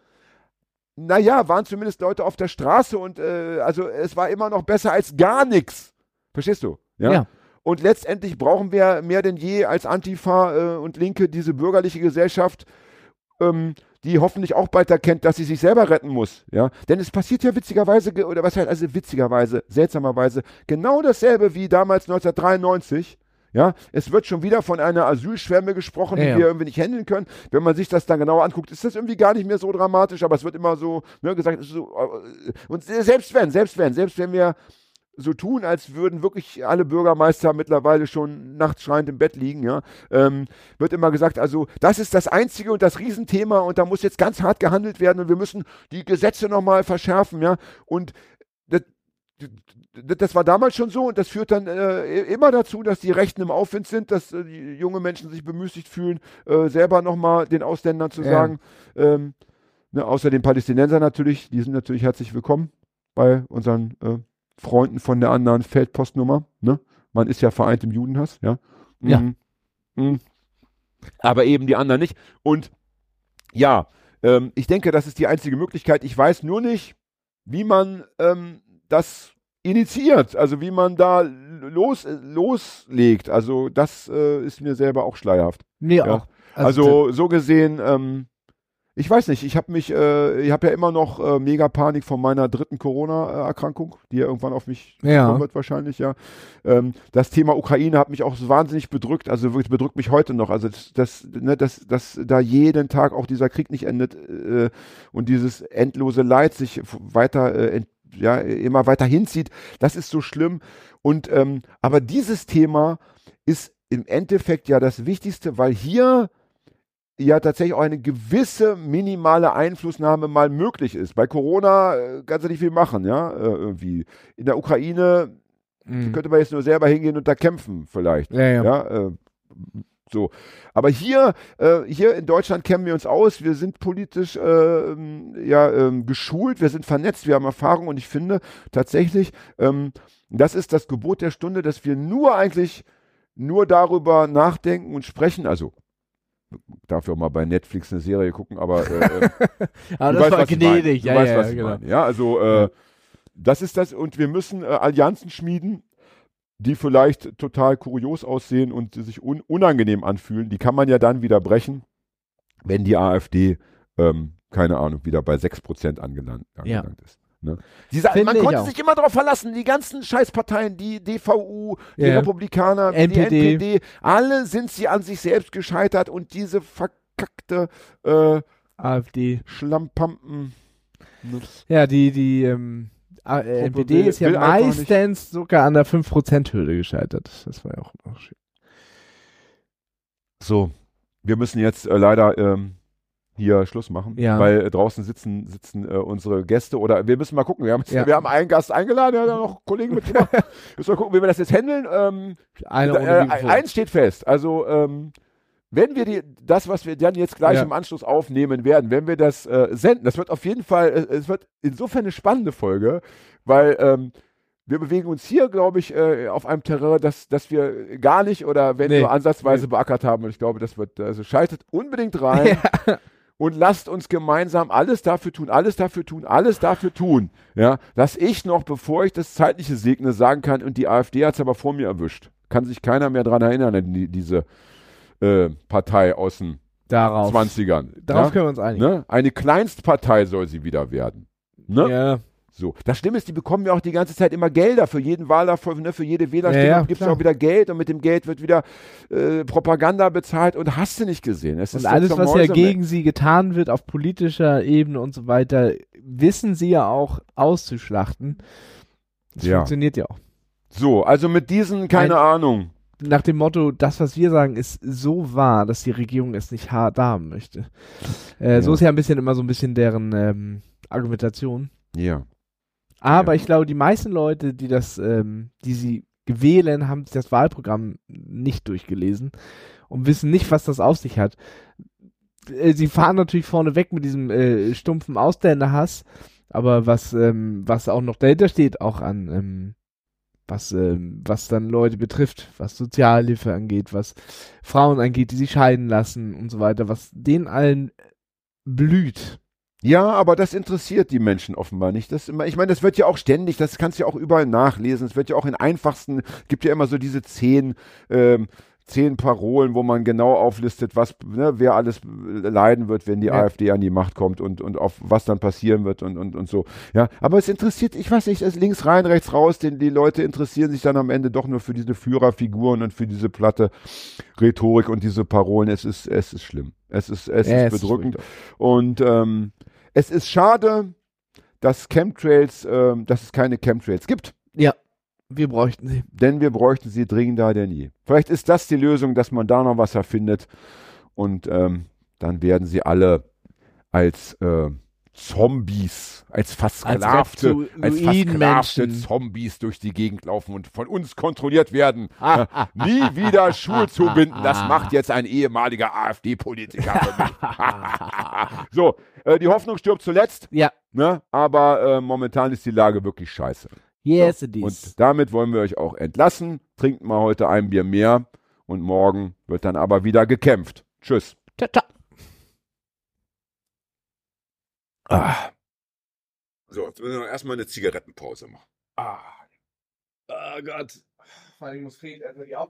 waren zumindest Leute auf der Straße und also es war immer noch besser als gar nichts. Verstehst du? Ja. Und letztendlich brauchen wir mehr denn je als Antifa und Linke diese bürgerliche Gesellschaft, die hoffentlich auch bald erkennt, dass sie sich selber retten muss, ja, denn es passiert ja seltsamerweise genau dasselbe wie damals 1993, ja, es wird schon wieder von einer Asylschwemme gesprochen, die wir irgendwie nicht handeln können, wenn man sich das dann genauer anguckt, ist das irgendwie gar nicht mehr so dramatisch, aber es wird immer so, gesagt, und selbst wenn wir so tun, als würden wirklich alle Bürgermeister mittlerweile schon nachts schreiend im Bett liegen, wird immer gesagt, also das ist das einzige und das Riesenthema und da muss jetzt ganz hart gehandelt werden und wir müssen die Gesetze nochmal verschärfen, ja, und das war damals schon so und das führt dann immer dazu, dass die Rechten im Aufwind sind, dass die junge Menschen sich bemüßigt fühlen, selber nochmal den Ausländern zu sagen, außer den Palästinensern natürlich, die sind natürlich herzlich willkommen bei unseren Freunden von der anderen Feldpostnummer, ne? Man ist ja vereint im Judenhass, ja. Aber eben die anderen nicht. Und ich denke, das ist die einzige Möglichkeit. Ich weiß nur nicht, wie man das initiiert, also wie man da loslegt. Also das ist mir selber auch schleierhaft. Mir auch. Also so gesehen, Ich weiß nicht, ich habe ja immer noch mega Panik vor meiner dritten Corona-Erkrankung, die ja irgendwann auf mich kommen wird wahrscheinlich, ja. Das Thema Ukraine hat mich auch so wahnsinnig bedrückt, also wirklich bedrückt mich heute noch, also dass da jeden Tag auch dieser Krieg nicht endet und dieses endlose Leid sich weiter, immer weiter hinzieht, das ist so schlimm und, aber dieses Thema ist im Endeffekt ja das Wichtigste, weil hier ja tatsächlich auch eine gewisse minimale Einflussnahme mal möglich ist. Bei Corona kannst du nicht viel machen, ja, irgendwie. In der Ukraine könnte man jetzt nur selber hingehen und da kämpfen vielleicht. Ja, so. Aber hier in Deutschland kennen wir uns aus, wir sind politisch geschult, wir sind vernetzt, wir haben Erfahrung und ich finde tatsächlich, das ist das Gebot der Stunde, dass wir nur darüber nachdenken und sprechen, also darf ja auch mal bei Netflix eine Serie gucken, aber aber das war gnädig. Du weißt, was ich meine. Ja, also das ist das und wir müssen Allianzen schmieden, die vielleicht total kurios aussehen und sich unangenehm anfühlen. Die kann man ja dann wieder brechen, wenn die AfD, keine Ahnung, wieder bei 6% angelangt ist. Ne? Man konnte sich immer darauf verlassen, die ganzen Scheißparteien, die DVU, die Republikaner, NPD. Die NPD, alle sind sie an sich selbst gescheitert und diese verkackte AfD. Schlampampen. Ja, die NPD ist ja meistens sogar an der 5%-Hürde gescheitert. Das war ja auch noch schön. So, wir müssen jetzt leider hier Schluss machen, weil draußen sitzen unsere Gäste oder wir müssen mal gucken, wir haben einen Gast eingeladen, der hat noch Kollegen mitgebracht. Müssen wir gucken, wie wir das jetzt handeln. Eins steht fest, also wenn wir das, was wir dann jetzt gleich im Anschluss aufnehmen werden, wenn wir das senden, das wird auf jeden Fall, es wird insofern eine spannende Folge, weil wir bewegen uns hier, glaube ich, auf einem Terrain, das wir gar nicht oder wenn nur ansatzweise beackert haben und ich glaube, das wird, also schaltet unbedingt rein. Und lasst uns gemeinsam alles dafür tun, ja, dass ich noch, bevor ich das Zeitliche segne, sagen kann, und die AfD hat es aber vor mir erwischt. Kann sich keiner mehr daran erinnern, an diese Partei aus den 20ern. Darauf können wir uns einigen. Ne? Eine Kleinstpartei soll sie wieder werden. Ne? Ja. So. Das Schlimme ist, die bekommen ja auch die ganze Zeit immer Gelder für jeden Wahlerfolg, ne? Für jede Wählerstimme gibt es auch wieder Geld und mit dem Geld wird wieder Propaganda bezahlt und hast du nicht gesehen. Es ist alles, was ja gegen sie getan wird auf politischer Ebene und so weiter, wissen sie ja auch auszuschlachten. Das funktioniert ja auch. So, also mit diesen, keine Ahnung. Nach dem Motto, das, was wir sagen, ist so wahr, dass die Regierung es nicht hart haben möchte. So ist ja immer so ein bisschen deren Argumentation. Ja. Aber ich glaube, die meisten Leute, die sie wählen, haben sich das Wahlprogramm nicht durchgelesen und wissen nicht, was das auf sich hat. Sie fahren natürlich vorne weg mit diesem stumpfen Ausländerhass, aber was auch noch dahinter steht, auch an was dann Leute betrifft, was Sozialhilfe angeht, was Frauen angeht, die sich scheiden lassen und so weiter, was denen allen blüht. Ja, aber das interessiert die Menschen offenbar nicht. Ich meine, das wird ja auch ständig, das kannst du ja auch überall nachlesen. Es wird ja auch in einfachsten, gibt ja immer so diese 10 Parolen, wo man genau auflistet, wer alles leiden wird, wenn die AfD an die Macht kommt und auf was dann passieren wird und so. Ja, aber es interessiert, ich weiß nicht, es ist links rein, rechts raus, denn die Leute interessieren sich dann am Ende doch nur für diese Führerfiguren und für diese platte Rhetorik und diese Parolen. Es ist schlimm. Es ist bedrückend. Und es ist schade, dass es keine Chemtrails gibt. Ja, wir bräuchten sie. Denn wir bräuchten sie dringender denn je. Vielleicht ist das die Lösung, dass man da noch was erfindet und dann werden sie alle als Zombies, als versklavte Zombies durch die Gegend laufen und von uns kontrolliert werden. Nie wieder Schuhe zubinden, das macht jetzt ein ehemaliger AfD-Politiker für mich. So, die Hoffnung stirbt zuletzt. Ja. Ne? Aber momentan ist die Lage wirklich scheiße. Yes, it is. Und damit wollen wir euch auch entlassen. Trinkt mal heute ein Bier mehr und morgen wird dann aber wieder gekämpft. Tschüss. Ciao, ciao. So, jetzt müssen wir erstmal eine Zigarettenpause machen. Oh Gott. Vor allem muss Fred erstmal die